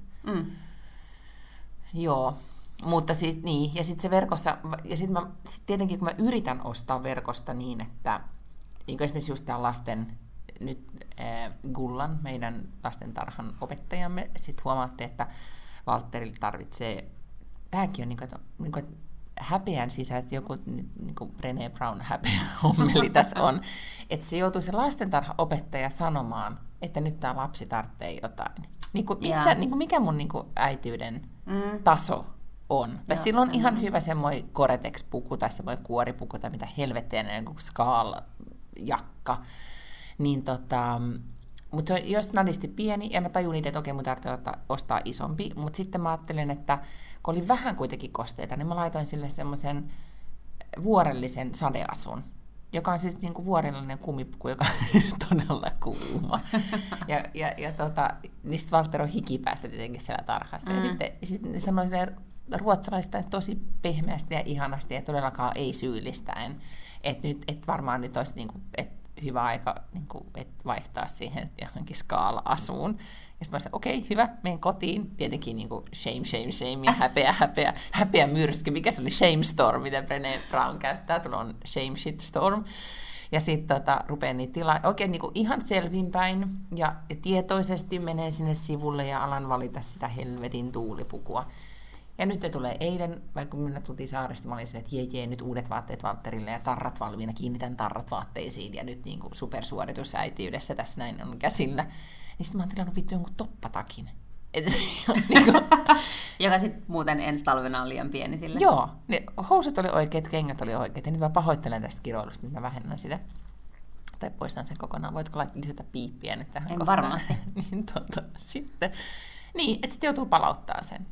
Joo. Mutta siis niin, ja sitten se verkossa, ja sitten tietenkin kun mä yritän ostaa verkosta niin, että niin kuin esimerkiksi just tämä lasten, nyt Gullan, meidän lastentarhan opettajamme, sitten huomaatte, että Valtteri tarvitsee, tämäkin on niin kuin häpeän sisältä joku niin kuin Brené Brown häpeä hommeli tässä on, että se joutuu se lastentarha-opettaja sanomaan, että nyt tämä lapsi tarvitsee jotain. Niin kuin, mikä mun niin kuin äitiyden taso on. Tai silloin on ihan hyvä semmoinen Gore-Tex-puku tai semmoinen kuoripuku tai mitä helvettiä, niin kuin jakka, niin mutta se on just nadisti pieni, ja mä tajun itse, että okei, mun tarvitsee ostaa isompi, mutta sitten mä ajattelin, että kun oli vähän kuitenkin kosteita, niin mä laitoin sille semmoisen vuorellisen sadeasun, joka on siis niinku vuorellinen kumipuku, joka on todella kuuma. Niin sitten Valtteri on hikipäässä tietenkin siellä tarhassa. Ja sitten sanoi silleen ruotsalaista tosi pehmeästi ja ihanasti, ja todellakaan ei syyllistäen. Että varmaan nyt olisi niinku, hyvä aika niinku, vaihtaa siihen johonkin skaala-asuun. Ja sitten mä sanoin, okei, hyvä, menen kotiin. Tietenkin niinku, shame ja häpeä myrsky. Mikä se oli? Shame storm, mitä Brené Brown käyttää. Tuolla on shame shit storm. Ja sitten rupean niitä oikein niinku, ihan selvinpäin ja tietoisesti menen sinne sivulle ja alan valita sitä helvetin tuulipukua. Ja nyt ne tulee eilen, vaikka minä tultiin saaresta, mä olin silleen, että jee, nyt uudet vaatteet Valtterille ja tarrat valmiina, kiinnitän tarrat vaatteisiin ja nyt niin kuin supersuoritus äitiydessä tässä näin on käsillä. Niin sitten mä oon tilannut vittu jonkun toppatakin. Niin kuin joka sitten muuten ensi talvena on liian pieni sille. Joo, ne housut oli oikeat, kengät oli oikeat ja nyt mä pahoittelen tästä kiroilusta, nyt mä vähennän sitä. Tai poistan sen kokonaan. Voitko lisätä piippiä nyt tähän en kohtaan? Varmasti. Niin sitten. Niin, että sitten joutuu palauttaa sen.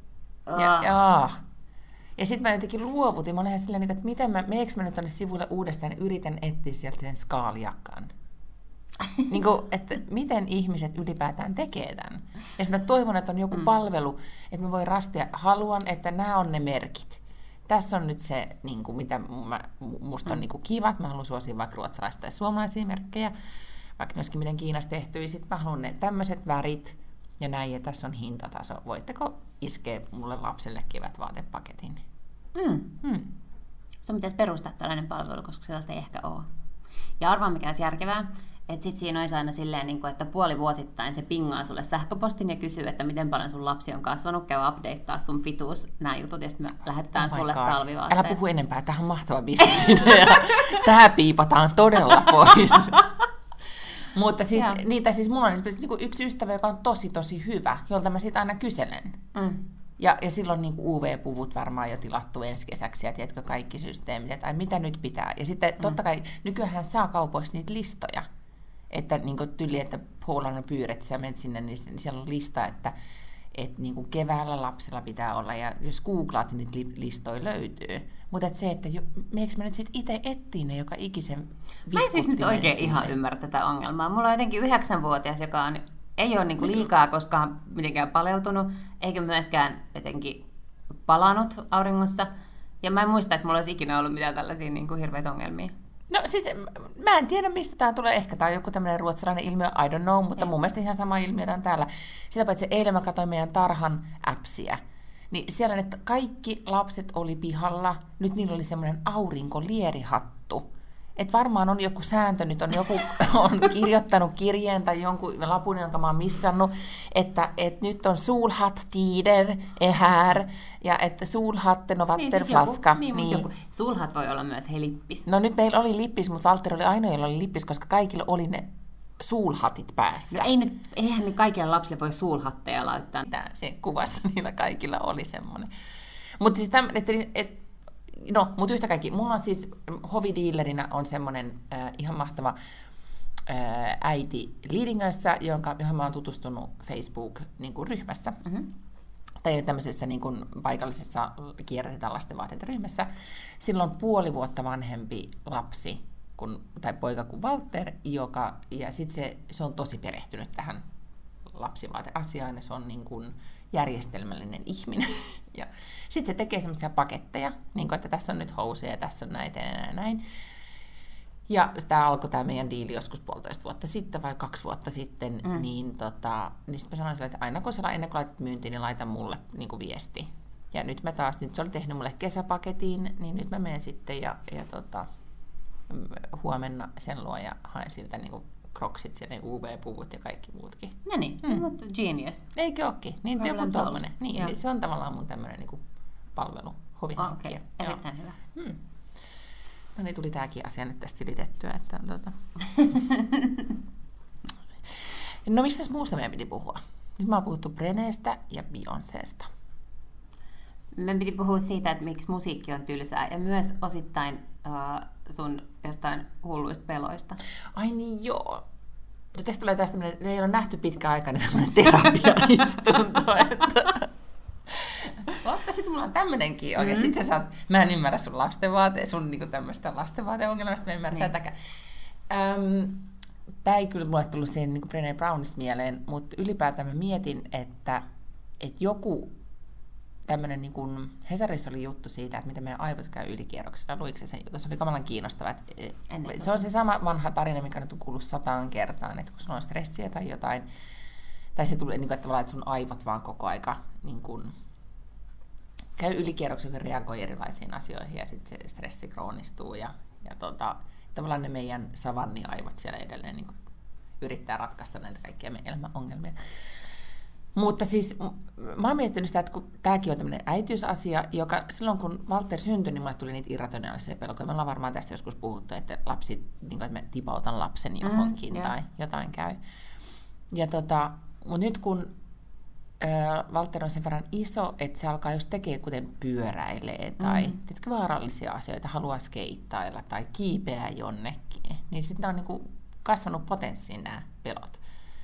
Ja sitten mä jotenkin luovutin. Mä olin ihan silleen, että meneekö mä nyt tonne sivuille uudestaan ja yritän etsiä sieltä sen skaalijakan. Niin kuin, että miten ihmiset ylipäätään tekee tämän. Ja mä toivon, että on joku palvelu, että mä voin rastia. Haluan, että nämä on ne merkit. Tässä on nyt se, niin kuin, mitä musta on niin kuin kiva. Mä haluan suosia vaikka ruotsalaisia tai suomalaisia merkkejä, vaikka myöskin miten Kiinassa tehty. Ja sitten mä haluan ne tämmöiset värit ja näin, ja tässä on hintataso. Voitteko iskeä mulle lapselle kevätvaatepaketin? Sun pitäisi perustaa tällainen palvelu, koska sellaista ei ehkä ole. Ja arvaa mikä olisi järkevää, että sit siinä olisi aina silleen, että puolivuosittain se pingaa sulle sähköpostin ja kysyy, että miten paljon sun lapsi on kasvanut, käy updateaa sun pituus, nämä jutut, ja sitten me lähetetään sulle talvivaatteet. Älä puhu enempää, tämähän on mahtava bisnesidea. Tämä piipataan todella pois. Mutta siis mulla on yksi ystävä, joka on tosi hyvä, jolta mä siitä aina kyselen. Ja silloin niin UV-puvut varmaan jo tilattu ensi kesäksi, ja tiedätkö kaikki systeemit, tai mitä nyt pitää. Ja sitten totta kai nykyään saa kaupoissa niitä listoja, että niin tyyli, että Poulan Pyret, sä menet sinne, niin siellä on lista, että niin kuin keväällä lapsella pitää olla, ja jos googlaat, niin niitä listoja löytyy. Mutta se, että meneekö mä nyt sitten itse etsiin ne joka ikisen vitkuttimen. Mä en siis nyt oikein ihan ymmärrä tätä ongelmaa. Mulla on jotenkin 9-vuotias, joka on ei ole niin kuin liikaa koskaan mitenkään paleltunut, eikä myöskään jotenkin palanut auringossa. Ja mä en muista, että mulla olisi ikinä ollut mitään tällaisia niin kuin hirveitä ongelmia. No siis mä en tiedä, mistä tämä tulee. Ehkä tämä on joku tämmöinen ruotsalainen ilmiö, I don't know, mutta mun mielestä ihan sama ilmiö on täällä. Sitä paitsi eilen mä katsoin meidän tarhan appsia. Niin siellä että kaikki lapset oli pihalla. Nyt niillä oli semmoinen aurinkollierihattu. Että varmaan on joku sääntö, nyt on joku on kirjoittanut kirjeen tai jonkun lapun, jonka mä oon missannut, että nyt on solhatt-tider är här, ja että solhatten och vattenflaska. Niin. Solhatt voi olla myös lippis. No nyt meillä oli lippis, mutta Valtteri oli ainoa, jolla oli lippis, koska kaikilla oli ne solhattit päässä. No eihän ne kaikilla lapsilla voi solhatteja laittaa. Se kuvassa niillä kaikilla oli semmoinen. Mutta siis mutta yhtä kaikki. Mulla on siis hovidealerinä on semmoinen ihan mahtava äiti Lidingössä, johon mä oon tutustunut Facebook-ryhmässä. Tai tämmöisessä paikallisessa kierrätetään lastenvaatteita ryhmässä. Sillä on 5 vuotta vanhempi lapsi tai poika kuin Walter, ja sitten se on tosi perehtynyt tähän lapsivaateasiaan, ja se on järjestelmällinen ihminen. Ja sitten se tekee semmoisia paketteja, että tässä on nyt housuja ja tässä on näitä ja näin. Ja tämä alkoi tämä meidän diili joskus 1,5 vuotta sitten vai 2 vuotta sitten, niin sitten mä sanoin sille, että aina kun ennen kuin laitat myyntiin, niin laita mulle viesti. Ja nyt se oli tehnyt mulle kesäpaketin, niin nyt mä menen sitten ja huomenna sen luo ja haen siltä Crocsit ja ne UV-puvut ja kaikki muutkin. No niin, mutta genius. Eikö ookin? Niin, joku tommoinen. Niin, se on tavallaan mun tämmöinen palvelu, hovihankkija. Okei, erittäin hyvä. No niin, tuli tääkin asia nyt tästä ylitettyä. Että No missäs muusta meidän piti puhua? Nyt mä oon puhuttu Brenéstä ja Beyoncésta. Meidän piti puhua siitä, että miksi musiikki on tylsää ja myös osittain sun jostain hulluista peloista. Ai niin joo. No tästä tulee tästä, ne ei ole nähty pitkään aikaa, niin tämmöinen terapiaistunto, että Lotta, sit mulla on tämmönenkin oikein. Sitten sä saat, mä en ymmärrä sun tämmöistä lastenvaateongelmasta, mä en ymmärrä tätäkään. Tää ei kyllä mulle tullut siihen Brené Brownista mieleen, mutta ylipäätään mä mietin, että joku tämmöinen, Hesarissa oli juttu siitä, että miten meidän aivot käy ylikierroksella. Luitko sen juttu? Se oli kamalan kiinnostava. Se on se sama vanha tarina, mikä nyt on kuullut 100 kertaan, että kun sulla on stressiä tai jotain, tai se tulee, että sun aivot vaan koko aika käy ylikierroksella, joka reagoi erilaisiin asioihin, ja sitten se stressi kroonistuu, ja tavallaan ne meidän savanniaivot siellä edelleen yrittää ratkaista näitä kaikkia meidän elämän Mutta siis mä oon miettinyt sitä, että kun tämäkin on tämmöinen äitiysasia, joka silloin kun Walter syntyi, niin mulle tuli niitä irrationaalisia pelkoja. Me ollaan varmaan tästä joskus puhuttu, että että mä tipautan lapsen johonkin tai jotain käy. Ja mutta nyt kun Walter on sen verran iso, että se alkaa just tekee, kuten pyöräilee tai vaarallisia asioita, haluaa skeittailla tai kiipeää jonnekin. Niin sitten on niinku kasvanut potenssiin nämä pelot.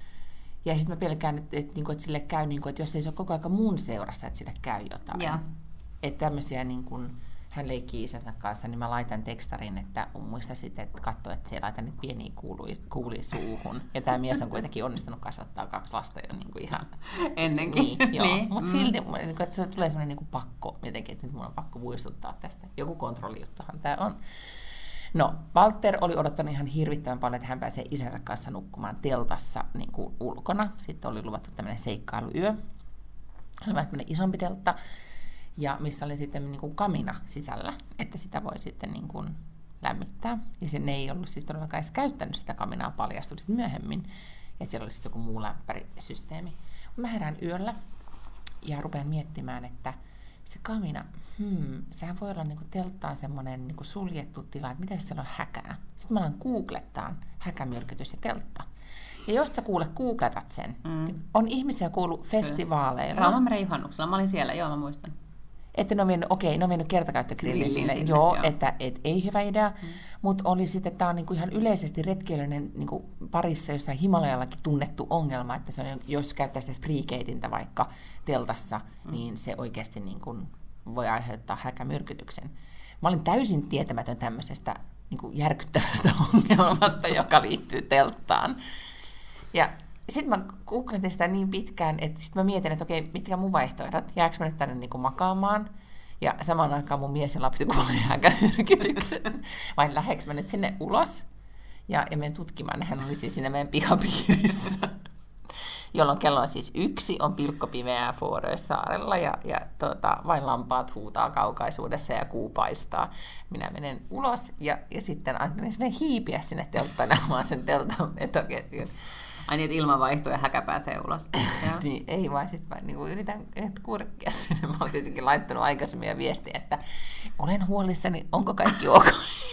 Ja sitten mä pelkään, että sille käy, että jos ei se ole koko ajan mun seurassa, että sille käy jotain. Että tämmöisiä, hän leikkii isänsä kanssa, niin mä laitan tekstarin, että muista sitten, että katso, että se laita niitä pieniä kuulia suuhun. Ja tämä mies on kuitenkin onnistunut kasvattaa 2 lasta jo ihan ennenkin. Niin, joo. Mutta silti, että se tulee semmoinen pakko jotenkin, että nyt mun on pakko muistuttaa tästä. Joku kontrollijuttuhan tämä on. No, Walter oli odottanut ihan hirvittävän paljon, että hän pääsee isänsä kanssa nukkumaan teltassa ulkona. Sitten oli luvattu tämmöinen seikkailuyö. Oli vähän tämmöinen isompi teltta, ja missä oli sitten kamina sisällä, että sitä voi sitten lämmittää. Ja se ei ollut siis todellakaan edes käyttänyt sitä kaminaa, paljastui sitten myöhemmin. Ja siellä oli sitten joku muu lämpärisysteemi. Mä herään yöllä ja rupean miettimään, että se kamina, sehän voi olla telttaan semmoinen suljettu tila, että mitä jos siellä on häkää. Sitten mä alan googlettaan häkämyrkytys ja teltta. Ja jos sä googletat sen, niin on ihmisiä kuullut festivaaleilla. Rauhanmeren juhannuksella, mä olin siellä, joo mä muistan. Että ne on vienyt kertakäyttögrillin sinne, joo, että ei hyvä idea, mutta oli sitten, että tämä on ihan yleisesti retkeilijöiden parissa jossain Himalajallakin tunnettu ongelma, että se on, jos käyttää sitä spreekeitintä vaikka teltassa, niin se oikeasti voi aiheuttaa häkämyrkytyksen. Mä olin täysin tietämätön tämmöisestä järkyttävästä ongelmasta, joka liittyy telttaan. Ja sitten mä googletin sitä niin pitkään, että sitten mä mietin, että okei, mitkä mun vaihtoehdot, jääkö mä nyt tänne makaamaan, ja samaan aikaan mun mies ja lapsi kuulee häkämyrkytyksen, vai lähdekö mä nyt sinne ulos, ja menen tutkimaan, hän oli siis siinä meidän pihapiirissä, jolloin kello on siis 1, on pilkkopimeää Fårösaarella, ja vain lampaat huutaa kaukaisuudessa ja kuu paistaa. Minä menen ulos, ja sitten ajattelin sinne hiipiä sinne telttaan, sen teltan vetoketjun. Ai niin, että ilmanvaihto ja häkä pääsee ulos. Niin, ei vaan, sitten mä yritän kurkkia sinne. Mä olen tietenkin laittanut aikaisemmin viestiä, että olen huolissani, onko kaikki ok,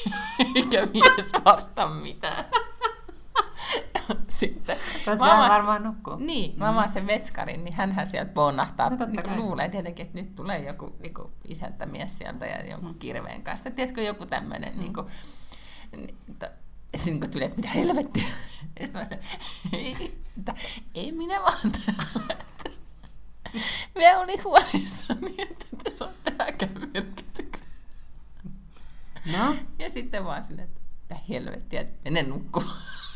eikä mies vastaa mitään. Sitten koska hän varmaan nukkuu. Niin, mä avaan sen vetskarin, niin hänhän sieltä ponnahtaa. Luulee tietenkin, että nyt tulee joku isäntämies sieltä ja jonkun kirveen kanssa. Tiedätkö, joku tämmöinen tuli, että mitä helvettiä. Ja sitten mä sanoin, ei minä vaan täällä. Mä olin huolissani, että te saatte häkämyrkytyksen. No? Ja sitten vaan silleen, että mitä helvettiä, että mene nukkumaan.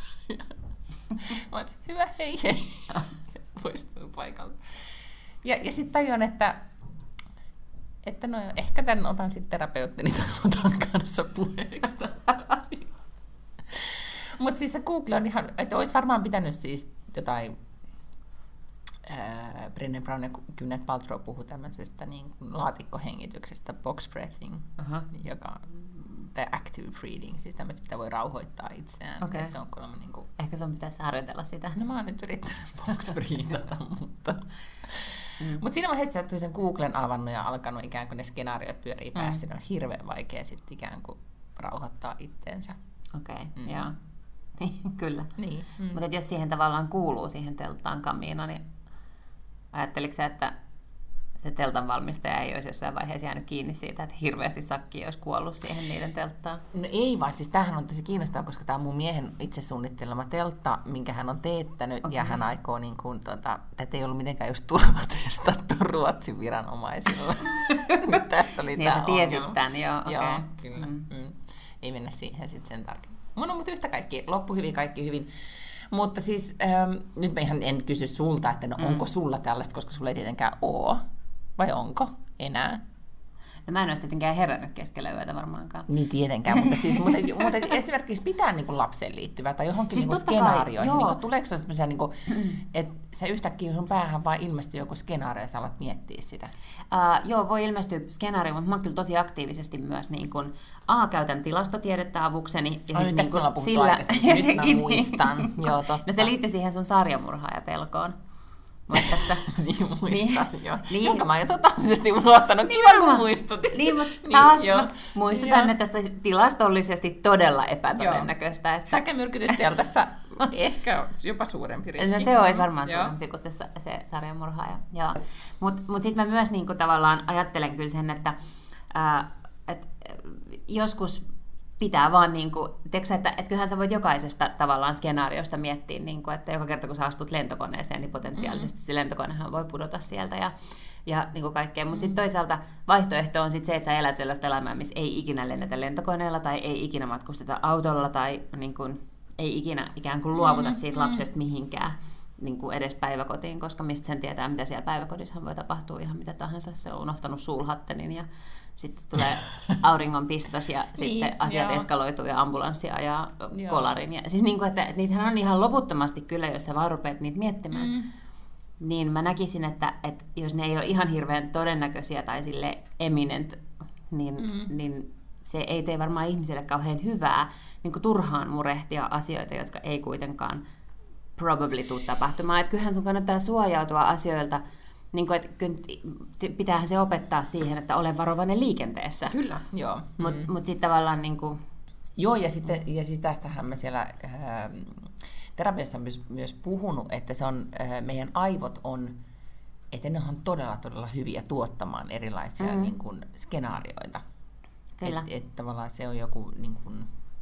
Mä olin, hyvä, hei. Poistunut paikalta. Ja sitten tajuan, että no ehkä tämän otan sitten terapeuttini tai otan kanssa puheeksi. Mutta siis se Google on ihan, että olisi varmaan pitänyt siis jotain, Brené Brown ja Gwyneth Paltrow puhuu tämmöisestä laatikkohengityksestä, box breathing, joka tai active breathing, siis tämmöistä, mitä voi rauhoittaa itseään. Okay. Se on ehkä sun pitäisi harjoitella sitä. No mä oon nyt yrittänyt box breathata, mutta Mutta siinä vaiheessa, että sen Googlen avannut ja alkanut ikään kuin ne skenaariot pyörii päässä, on hirveän vaikea sitten ikään kuin rauhoittaa itteensä. Okei, joo. Kyllä. Niin. Mutta jos siihen tavallaan kuuluu siihen telttaan kamiina, niin ajatteliko sä, että se teltan valmistaja ei olisi jossain vaiheessa jäänyt kiinni siitä, että hirveästi sakkia olisi kuollut siihen niiden telttaan? No ei vaan, siis tämähän on tosi kiinnostavaa, koska tämä on mun miehen itse suunnittelema teltta, minkä hän on teettänyt, ja hän aikoo, tätä ei ollut mitenkään just turvatestattu Ruotsin viranomaisilla. Tässä oli niin, tämä sä tiesit tämän, joo. Joo, kyllä. Ei mennä siihen sitten sen tarkemmin. Mutta yhtä kaikki, loppu hyvin, kaikki hyvin. Mutta siis nyt mä ihan en kysy sulta, että onko sulla tällaista, koska sulla ei tietenkään ole. Vai onko enää? No mä en olisi tietenkään herännyt keskellä yötä varmaankaan. Niin tietenkään, mutta esimerkiksi pitää lapseen liittyvää tai johonkin siis skenaarioihin. Tuleeko se sellaisia, että se yhtäkkiä sun päähän vaan ilmestyy joku skenaario ja sä alat miettiä sitä? Joo, voi ilmestyä skenaario, mutta mä oon kyllä tosi aktiivisesti myös käytän tilastotiedettä avukseni. Ja tästä me ollaan puhuttu aikaisemmin, nyt mä muistan. Joo, totta. No se liittyy siihen sun sarjamurhaajapelkoon. Muistatko? Niin, muistan, joo. Niin. Jonka mä oon jo totaalisesti unohtanut. Kiva, kun muistutin. Niin, mutta taas muistutan, että tässä tilastollisesti todella epätodennäköistä. Häkämyrkytysteltässä Ehkä jopa suurempi riski. Se olisi varmaan suurempi kuin se sarjamurhaaja. Mutta sitten mä myös niinku tavallaan ajattelen kyllä sen, että joskus pitää vaan, niinku, että kyllähän sä voit jokaisesta tavallaan skenaariosta miettiä, niinku, että joka kerta kun sä astut lentokoneeseen, niin potentiaalisesti se lentokonehan voi pudota sieltä ja niinku kaikkea. Mutta sitten toisaalta vaihtoehto on sit se, että sä elät sellaista elämää, missä ei ikinä lennetä lentokoneella tai ei ikinä matkusteta autolla tai niinku, ei ikinä ikään kuin luovuta siitä lapsesta mihinkään niin kuin edes päiväkotiin, koska mistä sen tietää, mitä siellä päiväkodissa voi tapahtua ihan mitä tahansa. Se on unohtanut sulhattenin ja sitten tulee auringonpistos ja sitten asiat eskaloituu ja ambulanssi ajaa kolarin. Ja, siis niin kuin, että niitähän on ihan loputtomasti kyllä, jos sä vaan rupeat niitä miettimään. Niin mä näkisin, että jos ne ei ole ihan hirveän todennäköisiä tai sille eminent, niin se ei tee varmaan ihmisille kauhean hyvää niin kuin turhaan murehtia asioita, jotka ei kuitenkaan probably tule tapahtumaan. Että kyllähän sun kannattaa suojautua asioilta, niin kuin, että pitäähän se opettaa siihen, että ole varovainen liikenteessä. Kyllä, joo. Mutta sitten tavallaan... Niin kuin... Joo, ja sitten tästähän mä siellä terapiassa on myös puhunut, että se on, meidän aivot on, että ne on todella, todella hyviä tuottamaan erilaisia niin kuin, skenaarioita. Kyllä. Että tavallaan se on joku... Niin kuin,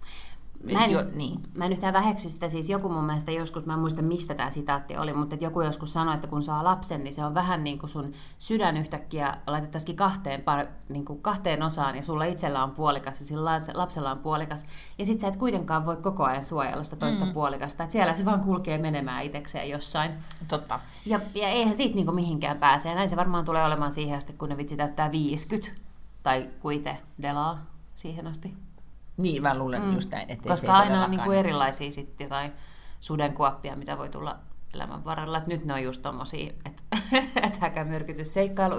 Mä en yhtään väheksy sitä, siis joku mun mielestä joskus, mä en muista mistä tämä sitaatti oli, mutta joku joskus sanoi, että kun saa lapsen, niin se on vähän niin kuin sun sydän yhtäkkiä laitettaisiin kahteen osaan, ja sulla itsellä on puolikas, ja sillä lapsella on puolikas, ja sit sä et kuitenkaan voi koko ajan suojella sitä toista puolikasta, että siellä se vaan kulkee menemään itsekseen jossain. Totta. Ja eihän siitä niin kuin mihinkään pääse, ja näin se varmaan tulee olemaan siihen asti, kun ne vitsi täyttää 50, tai kun itse delaa siihen asti. Niin, mä luulen just näin, ettei koska aina on niin kuin erilaisia sitten jotain sudenkuoppia, mitä voi tulla elämän varrella. Et nyt ne on just tommosia, että häkämyrkytys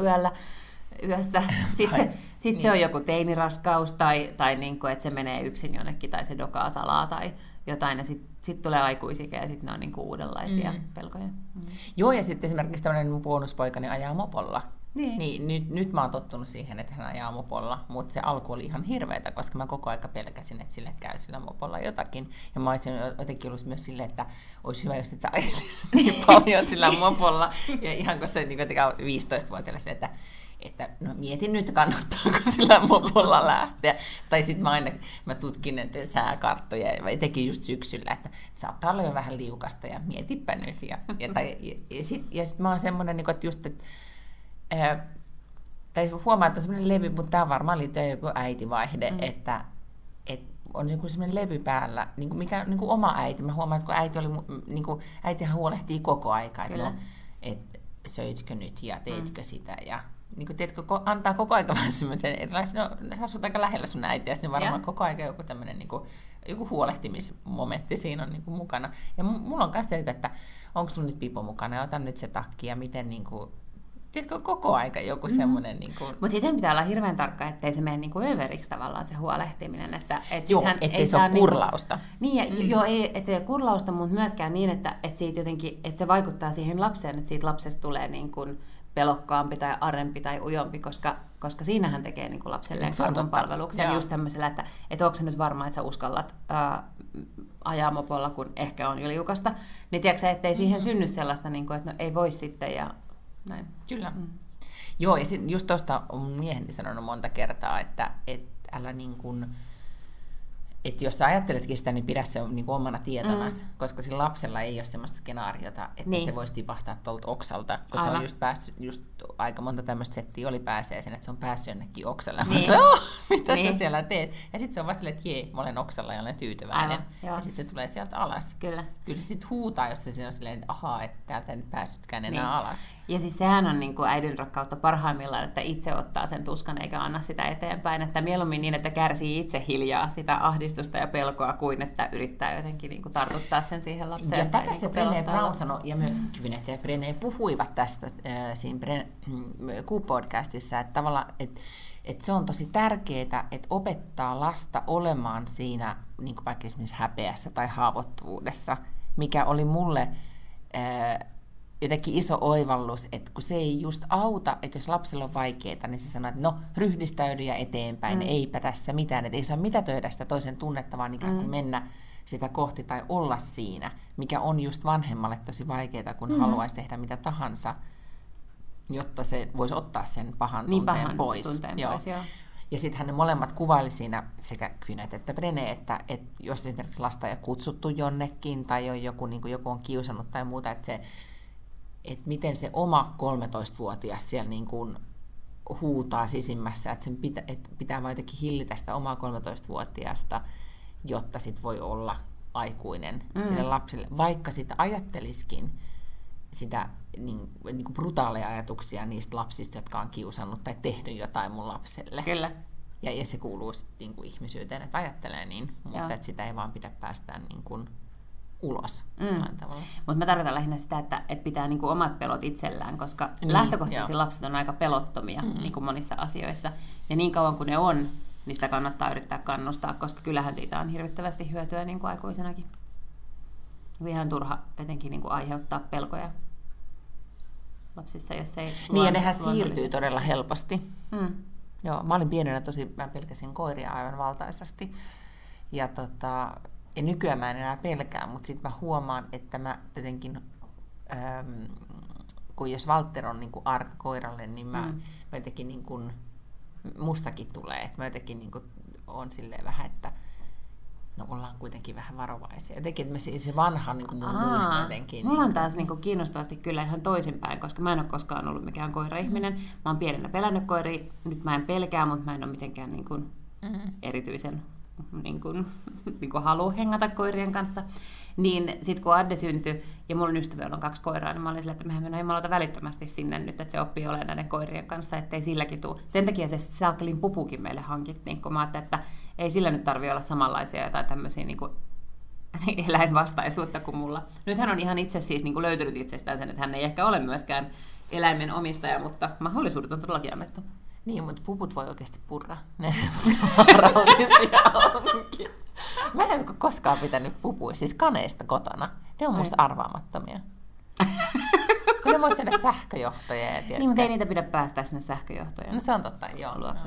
yössä. Sitten se on joku teiniraskaus tai niin kuin, että se menee yksin jonnekin tai se dokaa salaa tai jotain. Ja sitten tulee aikuisikä ja sitten ne on niin kuin uudenlaisia pelkoja. Joo, ja sitten esimerkiksi tämmöinen mun bonuspoikani ajaa mopolla. Niin, nyt mä oon tottunut siihen, että hän ajaa mopolla, mutta se alku oli ihan hirveätä, koska mä koko aika pelkäsin, että sille käy sillä mopolla jotakin. Ja mä olisin jotenkin ollut myös silleen, että olisi hyvä, jos et sä ajelisi niin paljon sillä mopolla. Ja ihan kun se niin 15-vuotiaille sille, että no mietin nyt, kannattaako sillä mopolla lähteä. Tai sitten mä tutkin näitä sääkarttoja, ja etenkin just syksyllä, että saattaa olla jo vähän liukasta ja mietipä nyt. Ja sitten mä oon semmoinen, että just, että tai huomaa, että on semmoinen levy, mutta tämä varmaan liittyy joku äitivaihde, että on niin semmoinen levy päällä, niin kuin mikä niin kuin oma äiti. Mä huomaan, että kun äiti oli, niin kuin, äitihän huolehtii koko aikaa, että söitkö nyt ja teetkö sitä ja niin kuin, teetkö, antaa koko aika vähän semmoisen erilaisen, no sä asut aika lähellä sun äitiä, niin varmaan koko aika joku tämmöinen niin kuin, joku huolehtimismomentti siinä on niin kuin, mukana. Ja mulla on myös se, että onko sulla nyt pipo mukana ja otan nyt se takki ja miten niin kuin, tiedätkö, koko aika joku semmoinen... Niin kuin... Mutta sitten pitää olla hirveän tarkka, ettei se mene niin överiksi tavallaan se huolehtiminen. Ettei se ole kurlausta. Ettei se ole kurlausta, mutta myöskään niin, että siitä jotenkin, että se vaikuttaa siihen lapseen, että siitä lapsesta tulee niin kuin pelokkaampi tai arempi tai ujompi, koska siinähän tekee niin kuin lapselleen karhunpalveluksen just tämmöisellä, että onko se nyt varma, että sä uskallat ajaa mopolla, kun ehkä on jo liukasta. Niin tiedätkö, ettei siihen synny sellaista, niin kuin, että no, ei voi sitten ja... Näin. Kyllä. Joo, ja sitten just tuosta on mieheni sanonut monta kertaa, että älä niin kuin, että jos sä ajatteletkin sitä, niin pidä se niin kuin omana tietonasi, koska sillä lapsella ei ole semmoista skenaariota, että se voisi tipahtaa tuolta oksalta, kun se on just päässyt, just aika monta tämmöistä settiä oli pääseeseen, että se on päässyt jonnekin oksalle. Niin. Mitä sä siellä teet? Ja sitten se on vasta silleen, että mä olen oksalla ja olen tyytyväinen. Ja sitten se tulee sieltä alas. Kyllä se sitten huutaa, jos se siinä on silleen, että ahaa, että täältä ei nyt päässytkään enää alas. Ja siis sehän on niin kuin äidin rakkautta parhaimmillaan, että itse ottaa sen tuskan eikä anna sitä eteenpäin. Että mieluummin niin, että kärsii itse hiljaa sitä ahdistusta ja pelkoa, kuin että yrittää jotenkin niin kuin tartuttaa sen siihen lapseen. Ja tätä se Brené Brown sanoi, ja myös Kyvinet ja Brené puhuivat tästä siinä Q-podcastissa, että tavallaan, että se on tosi tärkeää, että opettaa lasta olemaan siinä niin kuin vaikka esimerkiksi häpeässä tai haavoittuvuudessa, mikä oli mulle jotenkin iso oivallus, että kun se ei just auta, että jos lapsella on vaikeaa, niin se sanoo, että no, ryhdistäydy ja eteenpäin, eipä tässä mitään, että ei saa mitätöidä sitä toisen tunnetta, vaan ikään kuin mennä sitä kohti tai olla siinä, mikä on just vanhemmalle tosi vaikeaa, kun haluaisi tehdä mitä tahansa, jotta se voisi ottaa sen pahan tunteen pois. Joo. Ja sitten hän molemmat kuvaili siinä, sekä Gwyneth että Brené, että jos esimerkiksi lasta ei kutsuttu jonnekin, tai on joku on kiusannut tai muuta, että miten se oma 13-vuotias siellä niin kuin huutaa sisimmässä, että sen pitää vaan jotenkin hillitä sitä omaa 13-vuotiaasta, jotta sit voi olla aikuinen sille lapselle, vaikka sitä ajattelisikin sitä niin kuin brutaaleja ajatuksia niistä lapsista, jotka on kiusannut tai tehnyt jotain mun lapselle. Kyllä. Ja se kuuluu niin kuin ihmisyyteen, että ajattelee niin, mutta että sitä ei vaan pidä päästää niin kuin ulos. Mutta mä tarkoitan lähinnä sitä, että pitää niinku omat pelot itsellään, koska lähtökohtaisesti lapset on aika pelottomia niinku monissa asioissa. Ja niin kauan kuin ne on, niin sitä kannattaa yrittää kannustaa, koska kyllähän siitä on hirvittävästi hyötyä niin kuin aikuisenakin. Ihan turha jotenkin niin kuin aiheuttaa pelkoja lapsissa, jos ei... Niin, ja nehän siirtyy todella helposti. Joo, mä olin pienenä mä pelkäsin koiria aivan valtaisesti. Ja nykyään mä en enää pelkää, mutta sitten mä huomaan, että mä jotenkin, kun jos Walter on niin kuin arka koiralle, niin mä jotenkin niin kuin, mustakin tulee, että mä jotenkin niin kuin on silleen vähän, että no ollaan kuitenkin vähän varovaisia. Jotenkin, että se vanha niin kuin mun muista jotenkin. Mulla on taas niin kuin kiinnostavasti kyllä ihan toisinpäin, koska mä en ole koskaan ollut mikään koira-ihminen. Mä oon pienenä pelännyt koiria, nyt mä en pelkää, mutta mä en ole mitenkään niin kuin erityisen niin kuin halua hengata koirien kanssa. Niin sit kun Adde syntyi, ja mulla on ystävä, jolla on 2 koiraa, niin mä olin silleen, että mehän mennään jumalauta välittömästi sinne nyt, että se oppii olemaan näiden koirien kanssa, ettei silläkin tule. Sen takia se saakelin pupukin meille hankittiin, kun mä ajattelin, että ei sillä nyt tarvitse olla samanlaisia jotain tämmöisiä niin kuin eläinvastaisuutta kuin mulla. Nyt hän on ihan itse siis niin kuin löytynyt itsestään sen, että hän ei ehkä ole myöskään eläimen omistaja, mutta mahdollisuudet on todellakin annettu. Niin, mutta puput voi oikeasti purra. Ne vaarallisia onkin. Mä en ole koskaan pitänyt pupuja, siis kaneista kotona. Ne on musta arvaamattomia. Kun ne voi syödä sähköjohtoja. Niin, mutta ei niitä pidä päästää sinne sähköjohtojen. No se on totta, joo. Luokse.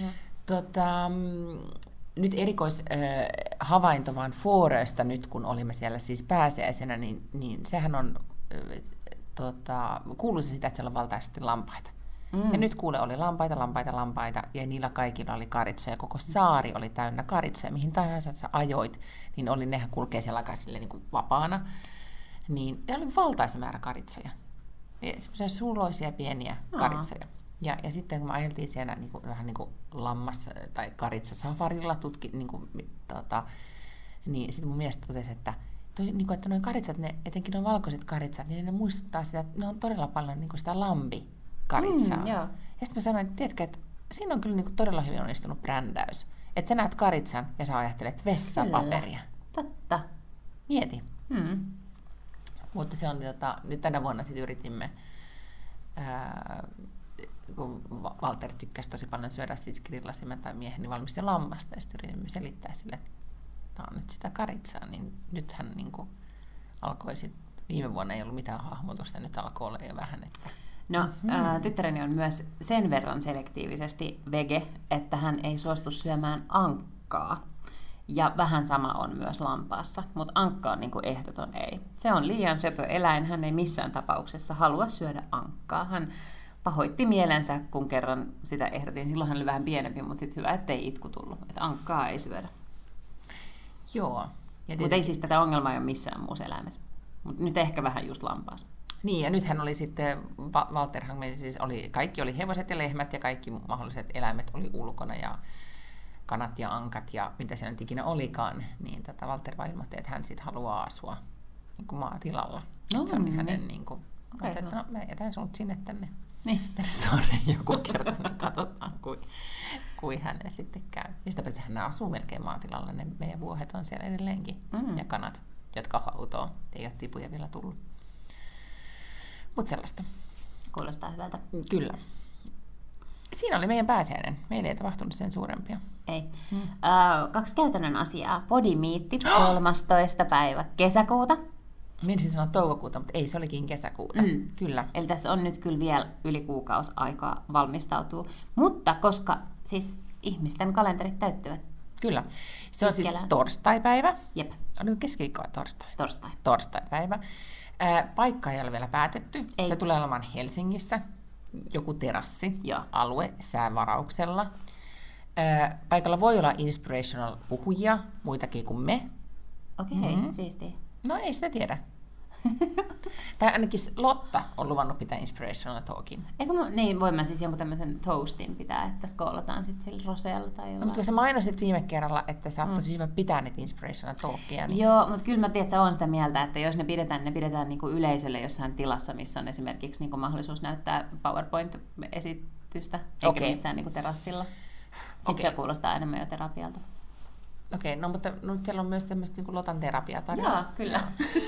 Nyt erikoishavainto vaan Fåröstä nyt, kun olimme siellä siis pääsiäisenä, niin sehän on kuuluisa sitä, että siellä on valtaisesti lampaita. Ja nyt oli lampaita, ja niillä kaikilla oli karitsoja. Koko saari oli täynnä karitsoja. Mihin tahansa sä ajoit, niin nehän kulkee siellä aikaa silleen niin kuin vapaana. Niin ne oli valtaisa määrä karitsoja. Semmoisia suloisia pieniä karitsoja. Ja sitten kun me ajeltiin siellä niin kuin, vähän niin kuin lammas- tai karitsasafarilla, niin sitten mun mielestä totesi, että että noin karitsat, etenkin nuo valkoiset karitsat, niin ne muistuttaa sitä, että ne on todella paljon niin kuin sitä karitsaa. Ja sitten mä sanoin, että tiedätkö, että siinä on kyllä niin kuin todella hyvin onnistunut brändäys. Että sä näet karitsan ja sä ajattelet vessapaperia. Totta. Mieti. Mutta se on, nyt tänä vuonna sitten yritimme, kun Walter tykkäsi tosi paljon syödä, siis grillasimme tai mieheni valmisti lammasta, ja sitten yritimme selittää sille, että tämä on nyt sitä karitsaa, niin nythän niin kuin alkoi sitten, viime vuonna ei ollut mitään hahmotusta, nyt alkoi olla jo vähän, että... No, tyttäreni on myös sen verran selektiivisesti vege, että hän ei suostu syömään ankkaa. Ja vähän sama on myös lampaassa, mutta ankka on niin kuin ehdoton ei. Se on liian söpö eläin, hän ei missään tapauksessa halua syödä ankkaa. Hän pahoitti mielensä, kun kerran sitä ehdotin. Silloin hän oli vähän pienempi, mutta sitten hyvä, ettei itku tullut. Että ankkaa ei syödä. Joo. Mutta ei siis tätä ongelmaa ole missään muussa eläimessä. Mutta nyt ehkä vähän just lampaassa. Niin, ja nythän oli sitten, Walterhan siis kaikki oli hevoset ja lehmät ja kaikki mahdolliset eläimet oli ulkona ja kanat ja ankat ja mitä siellä nyt ikinä olikaan, niin Walter vaan ilmoitti, että hän sitten haluaa asua niin kuin maatilalla. No, se on hänen niin kuin, että no, mä jätän sinut sinne tänne saareen joku kerta, niin katsotaan, kuin hänen sitten käy. Ja sitä hän asuu melkein maatilalla, ne meidän vuohet on siellä edelleenkin ja kanat, jotka hautoo. Ei ole tipuja vielä tullut. Mutta sellaista. Kuulostaa hyvältä. Kyllä. Siinä oli meidän pääsiäinen. Meillä ei tapahtunut sen suurempia. Ei. 2 käytännön asiaa. Podimiitti 13. päivä kesäkuuta. Menisin sanoa toukokuuta, mutta ei, se olikin kesäkuuta. Kyllä. Eli tässä on nyt kyllä vielä yli kuukausi aikaa valmistautua. Mutta koska siis ihmisten kalenterit täyttyvät. Kyllä. Se on siis torstaipäivä. Jep. Oliko keskiviikko vai torstai? Torstaipäivä. Paikka ei ole vielä päätetty. Ei. Se tulee olemaan Helsingissä. Joku terassi-alue säävarauksella. Paikalla voi olla inspirational puhujia, muitakin kuin me. Okei, siistiä. No ei sitä tiedä. Tai ainakin Lotta on luvannut pitää inspirational talkin. Niin, voin mä siis jonkun tämmöisen toastin pitää, että skoolataan sitten sillä roseella tai jollain. Mutta sä mainosit viime kerralla, että sä oot tosi hyvä pitää niitä inspirational talkia. Niin... Joo, mutta kyllä mä tiedän, että sä oon sitä mieltä, että jos ne pidetään niinku yleisölle jossain tilassa, missä on esimerkiksi niinku mahdollisuus näyttää PowerPoint-esitystä, eikä missään niinku terassilla. Sitten se kuulostaa enemmän jo terapialta. Okei, no mutta siellä on myös tämmöistä niin kuin Lotan terapiaa tarjolla. Joo, kyllä.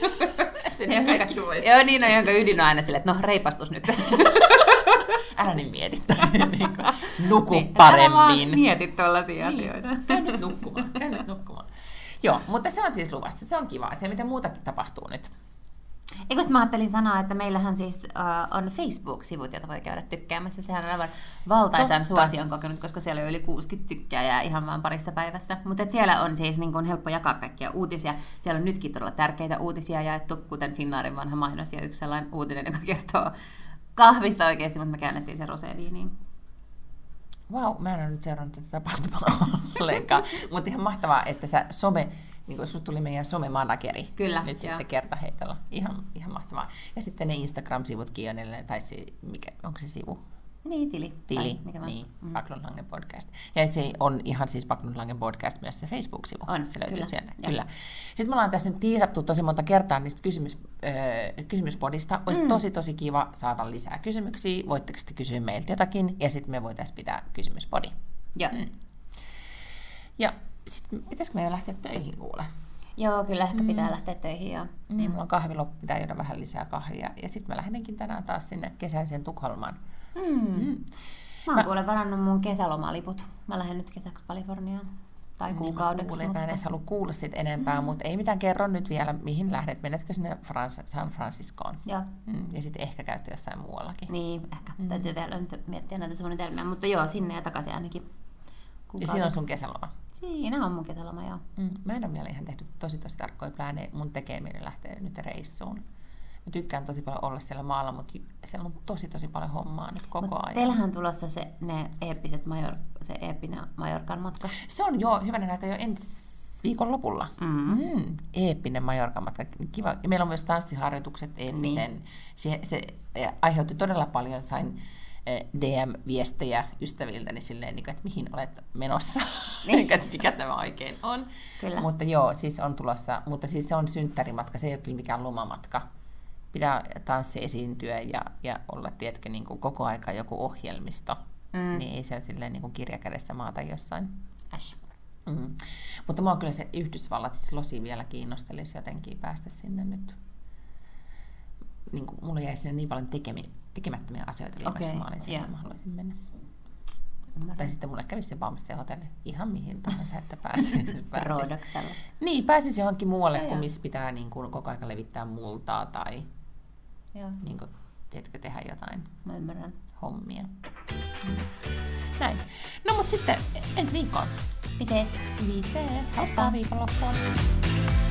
Joo, niin on, jonka ydin on aina silleen, että no reipastus nyt. Älä nyt mieti. Nuku paremmin. Älä vaan mietit tollaisia asioita. Käy nyt nukkumaan. Joo, mutta se on siis luvassa. Se on kiva. Ja mitä muutakin tapahtuu nyt? Eikö mä ajattelin sanoa, että meillähän siis on Facebook-sivut, joita voi käydä tykkäämässä. Sehän on aivan valtaisan suosion kokenut, koska siellä on yli 60 tykkääjää ihan vaan parissa päivässä. Mutta siellä on siis niin kuin helppo jakaa kaikkia uutisia. Siellä on nytkin todella tärkeitä uutisia jaettu, kuten Finnairin vanha mainos ja yksi sellainen uutinen, joka kertoo kahvista oikeasti, mutta me käännettiin se roséviiniin. Vau, mä en ole nyt seurannut tätä tapahtumaa ollenkaan. Mutta ihan mahtavaa, että sä niin kuin susta tuli meidän somemanageri. Kyllä, nyt sitten kertaheitolla. Ihan mahtavaa. Ja sitten ne Instagram-sivutkin on, tai onko se sivu? Niin, tili. Niin, Backlund Langen podcast. Ja se on ihan siis Backlund Langen podcast myös se Facebook-sivu. On, se löytyy sieltä. Kyllä. Sitten me ollaan tässä nyt tiisattu tosi monta kertaa niistä kysymyspodista. Olisi tosi kiva saada lisää kysymyksiä. Voitteko sitten kysyä meiltä jotakin, ja sitten me voitaisiin pitää kysymyspodi. Joo. Ja sitten pitäisikö meidän lähteä töihin kuule? Joo, kyllä ehkä pitää lähteä töihin, joo. Niin, mulla on kahviloppu, pitää juoda vähän lisää kahvia. Ja sitten mä lähdenkin tänään taas sinne kesäiseen Tukholmaan. Mä oon kuule varannut mun kesälomaliput. Mä lähden nyt kesäksi Kaliforniaan. Tai kuukaudeksi. Mä en edes halua kuulla siitä enempää, mutta ei mitään, kerro nyt vielä, mihin lähdet. Menetkö sinne San Franciscoon? Joo. Ja sitten ehkä käytte jossain muuallakin. Niin, ehkä. Täytyy vielä nyt miettiä näitä suunnitelmia. Mutta joo, sinne ja takaisin ainakin. Ja siinä on sun kesäloma? Siinä on mun kesäloma, joo. Mä en ole vielä ihan tehnyt tosi tarkkoja plääneja. Mun tekeminen lähtee nyt reissuun. Mä tykkään tosi paljon olla siellä maalla, mutta siellä on tosi paljon hommaa nyt koko ajan. Teillähän on tulossa se eeppinen Majorkan matka. Se on jo hyvänen aika jo ensi viikon lopulla. Eeppinen Majorkan matka. Kiva. Ja meillä on myös tanssiharjoitukset eeppisen. Niin. Se aiheutti todella paljon, sain DM-viestejä ystäviltäni silleen, että mihin olet menossa, että mikä tämä oikein on. Kyllä. Mutta joo, siis on tulossa, mutta siis se on synttärimatka, se ei ole kyllä mikään lomamatka. Pitää tanssi esiintyä ja olla, tiedätkö, niin kuin koko aika joku ohjelmisto, niin ei se silleen niin kuin kirjakädessä maata jossain. Mutta mua kyllä se Yhdysvallat, siis Losi vielä kiinnostelisi jotenkin päästä sinne nyt. Niin kuin, mulla jäi sinne niin paljon tekemättömiä asioita viimeksi, mä olin siellä, mä haluaisin mennä. Tai sitten mulle kävisi se Bamse hotelli ihan mihin tahansa, että pääsisi. Roodoksella. Niin, pääsisi johonkin muualle, kuin missä pitää niin kuin, koko ajan levittää multaa tai niin kuin, tiedätkö, tehdä jotain hommia. Näin. No, mutta sitten ensi viikkoon. Vises. Hauskaa viikonloppua.